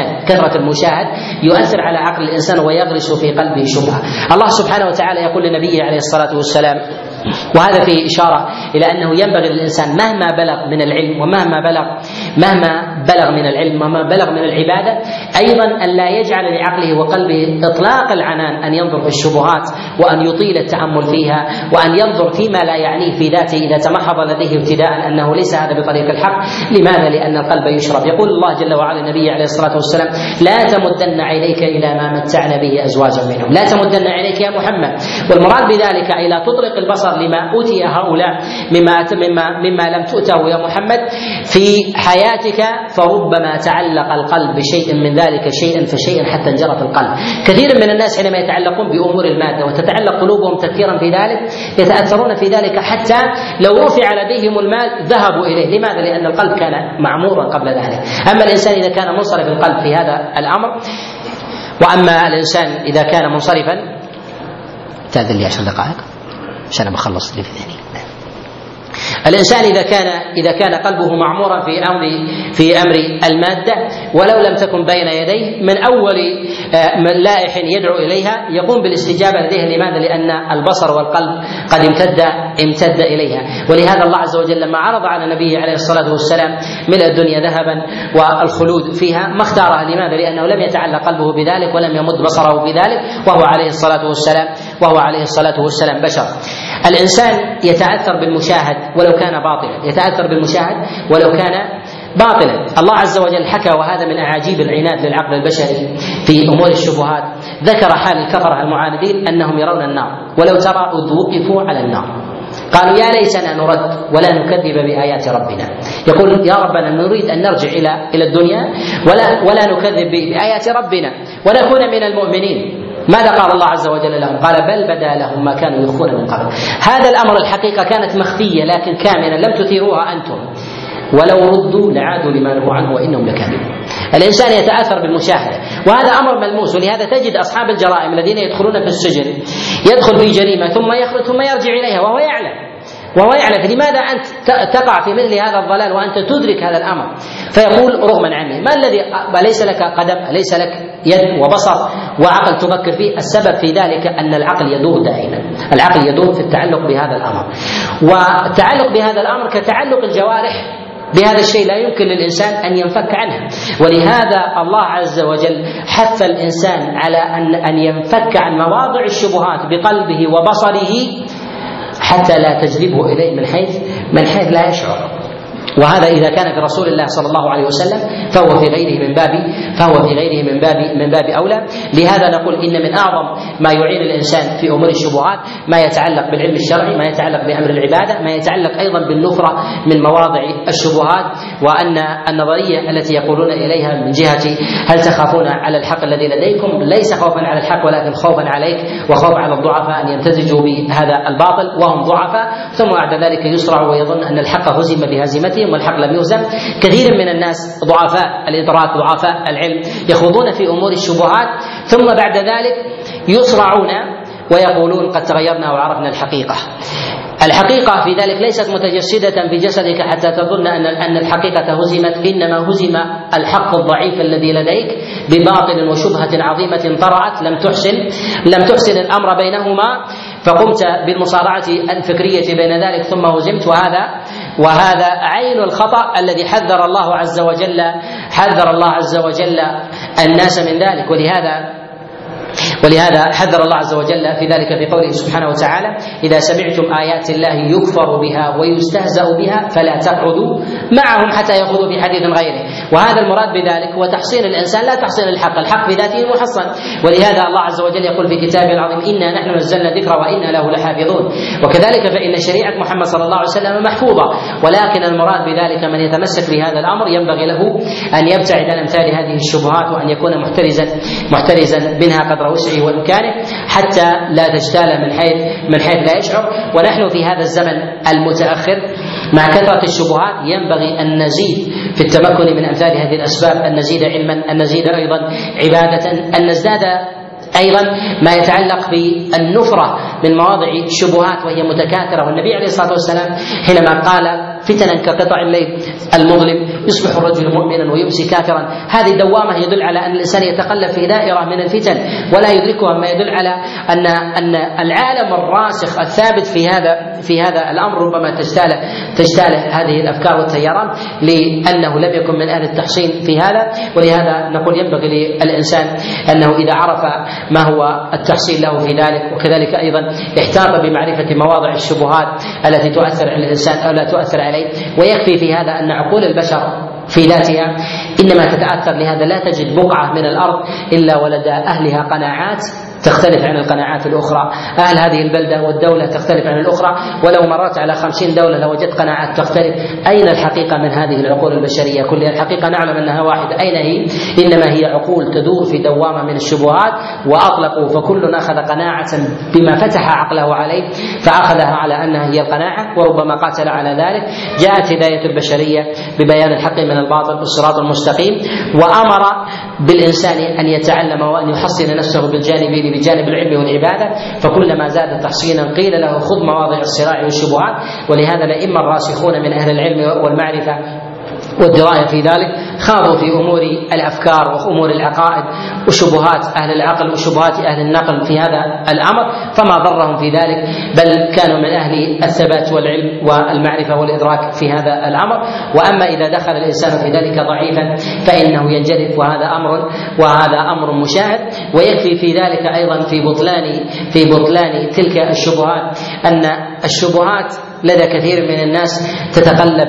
الإنسان، ويغرس في قلبه شبهة. الله سبحانه وتعالى يقول لنبيه عليه الصلاة والسلام، وهذا فيه إشارة إلى أنه ينبغي للإنسان مهما بلغ من العلم ومهما بلغ مهما بلغ من العلم وما بلغ من العبادة، أيضا أن لا يجعل لعقله وقلبه إطلاق العنان، أن ينظر في الشبهات وأن يطيل التأمل فيها وأن ينظر فيما لا يعنيه في ذاته إذا تمحض لديه ابتداء أنه ليس هذا بطريق الحق. لماذا؟ لأن القلب يشرب. يقول الله جل وعلا النبي عليه الصلاة والسلام: لا تمدن عينيك إلى ما متعنا به أزواجا منهم. لا تمدن عينيك يا محمد، والمراد بذلك أي لا تطلق البصر لما أوتي هؤلاء مما لم تؤته يا محمد في حياتك، فربما تعلق القلب بشيء من ذلك شيئا فشيئا حتى انجرف القلب. كثير من الناس حينما يتعلقون بأمور المادة وتتعلق قلوبهم تفكيرا في ذلك يتأثرون في ذلك حتى لو رفع لديهم المال ذهبوا إليه. لماذا؟ لأن القلب كان معمورا قبل ذلك. أما الإنسان إذا كان منصرف القلب في هذا الأمر، وأما الإنسان إذا كان منصرفا، تأذن لي 10 دقائق عشان بخلص اللي في ذهني. الإنسان إذا كان قلبه معمورا في أمر المادة ولو لم تكن بين يديه، من أول من لائح يدعو إليها يقوم بالاستجابة لديها. لماذا؟ لأن البصر والقلب قد امتد إليها. ولهذا الله عز وجل لما عرض على نبيه عليه الصلاة والسلام ملء الدنيا ذهبا والخلود فيها ما اختارها. لماذا؟ لأنه لم يتعلق قلبه بذلك ولم يمد بصره بذلك، وهو عليه الصلاة والسلام بشر. الإنسان يتأثر بالمشاهد ولو كان باطلا، يتأثر بالمشاهد ولو كان باطلا. الله عز وجل حكى، وهذا من أعاجيب العناد للعقل البشري في أمور الشبهات، ذكر حال الكفرة المعاندين أنهم يرون النار ولو ترى إذ وقفوا على النار قالوا يا ليتنا نرد ولا نكذب بآيات ربنا. يقول يا ربنا نريد أن نرجع إلى الدنيا ولا نكذب بآيات ربنا ونكون من المؤمنين. ماذا قال الله عز وجل لهم؟ قال بل بدا لهم ما كانوا يخفون من قبل. هذا الأمر الحقيقة كانت مخفية لكن كامنة لم تثيروها أنتم، ولو ردوا لعادوا لما نهوا عنه وإنهم لكاذبون. الإنسان يتأثر بالمشاهدة، وهذا أمر ملموس. ولهذا تجد أصحاب الجرائم الذين يدخلون في السجن يدخل في جريمة ثم يخرج ثم يرجع إليها وهو يعلم. فلماذا أنت تقع في مثل هذا الضلال وأنت تدرك هذا الأمر؟ فيقول رغما عني ما الذي أليس لك قدم، أليس لك يد وبصر وعقل تفكر فيه؟ السبب في ذلك أن العقل يدور دائما، العقل يدور في التعلق بهذا الأمر، والتعلق بهذا الأمر كتعلق الجوارح بهذا الشيء لا يمكن للإنسان أن ينفك عنه. ولهذا الله عز وجل حث الإنسان على أن ينفك عن مواضع الشبهات بقلبه وبصره حتى لا تجذبه إليه من حيث لا يشعر. وهذا إذا كان في رسول الله صلى الله عليه وسلم فهو في غيره من باب أولى. لهذا نقول إن من أعظم ما يعين الإنسان في أمور الشبهات ما يتعلق بالعلم الشرعي، ما يتعلق بأمر العبادة، ما يتعلق أيضا بالنفرة من مواضع الشبهات. وأن النظرية التي يقولون إليها من جهة هل تخافون على الحق الذي لديكم، ليس خوفا على الحق ولكن خوفا عليك وخوف على الضعفاء أن يمتزجوا بهذا الباطل وهم ضعفاء، ثم بعد ذلك يسرع ويظن أن الحق هزم بهزيمته والحق لم يهزم. كثير من الناس ضعفاء الإدراك ضعفاء العلم يخوضون في أمور الشبهات ثم بعد ذلك يسرعون ويقولون قد تغيرنا وعرفنا الحقيقة. الحقيقة في ذلك ليست متجسدة في جسدك حتى تظن أن الحقيقة هزمت، إنما هزم الحق الضعيف الذي لديك بباطل وشبهة عظيمة طرأت لم تحسن الأمر بينهما فقمت بالمصارعة الفكرية بين ذلك ثم هزمت. وهذا عين الخطأ الذي حذر الله عز وجل الناس من ذلك. ولهذا حذر الله عز وجل في ذلك في قوله سبحانه وتعالى إذا سمعتم آيات الله يكفر بها ويستهزأ بها فلا تقعدوا معهم حتى يخوضوا في حديث غيره. وهذا المراد بذلك هو تحصين الإنسان لا تحصين الحق في ذاته محصن. ولهذا الله عز وجل يقول في كتابه العظيم إنا نحن نزلنا الذكر وإنا له لحافظون. وكذلك فإن شريعة محمد صلى الله عليه وسلم محفوظة، ولكن المراد بذلك من يتمسك بهذا الأمر ينبغي له أن يبتعد عن أمثال هذه الشبهات وأن يكون محترزا منها قدر وسعه وإمكانه حتى لا تجتال من حيث لا يشعر. ونحن في هذا الزمن المتأخر مع كثرة الشبهات ينبغي أن نزيد في التمكن من أمثال هذه الأسباب، أن نزيد علما، أن نزيد أيضا عبادة، أن نزداد أيضا ما يتعلق بالنفرة من مواضع الشبهات وهي متكاثرة. والنبي عليه الصلاة والسلام حينما قال في فتنا كقطع الليل المظلم، يصبح الرجل مؤمنا ويمسي كافرا. هذه دوامة يدل على أن الإنسان يتقلب في دائرة من الفتن ولا يدركها، ما يدل على أن العالم الراسخ الثابت في هذا الأمر ربما تجتاله هذه الأفكار والتيارات، لأنه لم يكن من أهل التحصين في هذا. ولهذا نقول ينبغي للإنسان أنه إذا عرف ما هو التحصين له في ذلك، وكذلك أيضا احتاط بمعرفة مواضع الشبهات التي تؤثر على الإنسان أو لا تؤثر عليه. ويكفي في هذا أن عقول البشر في ذاتها إنما تتأثر، لهذا لا تجد بقعة من الأرض إلا ولدى أهلها قناعات تختلف عن القناعات الأخرى. أهل هذه البلدة والدولة تختلف عن الأخرى، ولو مرت على 50 دولة لوجدت قناعات تختلف. أين الحقيقة من هذه العقول البشرية كلها؟ الحقيقة نعلم أنها واحدة. أين هي؟ إنما هي عقول تدور في دوامة من الشبهات، وأطلقوا فكل أخذ قناعة بما فتح عقله عليه فأخذها على أنها هي القناعة، وربما قاتل على ذلك. جاءت هداية البشرية ببيان الحق من الباطل والصراط المستقيم، وأمر بالإنسان أن يتعلم وأن يحصن نفسه بالجانبين، بجانب العلم والعبادة. فكلما زاد تحصينا قيل له خذ مواضع الصراع والشبهات. ولهذا الأئمة الراسخون من أهل العلم والمعرفة والدراية في ذلك خاضوا في أمور الأفكار وأمور العقائد وشبهات أهل العقل وشبهات أهل النقل في هذا الأمر، فما ضرهم في ذلك، بل كانوا من أهل الثبات والعلم والمعرفة والإدراك في هذا الأمر. وأما إذا دخل الإنسان في ذلك ضعيفا فإنه ينجرف، وهذا أمر مشاهد. ويكفي في ذلك أيضا في بطلان تلك الشبهات أن الشبهات لدى كثير من الناس تتقلب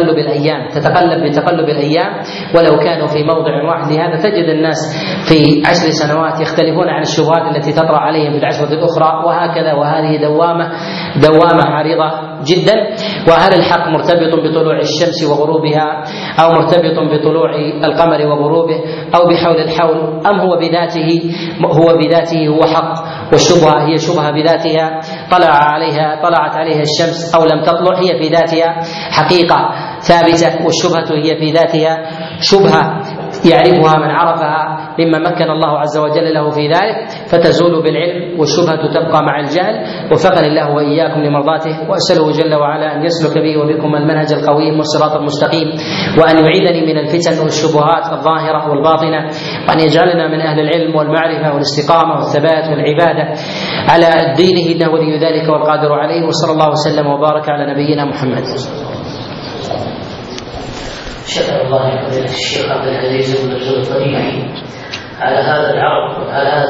بتقلب الأيام ولو كانوا في موضع واحد. لهذا تجد الناس في 10 سنوات يختلفون عن الشبهات التي تطرأ عليهم في العشرة الأخرى، وهكذا. وهذه دوامة عريضة جدا. وهل الحق مرتبط بطلوع الشمس وغروبها، أو مرتبط بطلوع القمر وغروبه، أو بحول الحول، أم هو بذاته هو حق، والشبهة هي شبهة بذاتها طلعت عليها الشمس أو لم تطلع، هي في ذاتها حقيقة ثابتة، والشبهة هي في ذاتها شبهة يعرفها من عرفها مما مكن الله عز وجل له في ذلك، فتزول بالعلم، والشبهة تبقى مع الجهل. وفقني الله وإياكم لمرضاته، وأسأله جل وعلا أن يسلك بي وبكم المنهج القويم والصراط المستقيم، وأن يعيذني من الفتن والشبهات الظاهرة والباطنة، وأن يجعلنا من أهل العلم والمعرفة والاستقامة والثبات والعبادة على دينه، إنه ولي ذلك والقادر عليه. وصلى الله وسلم وبارك على نبينا محمد.
شكر الله لفضيلة الشيخ عبد العزيز بن عبد الطريقي على هذا العرض، على هذا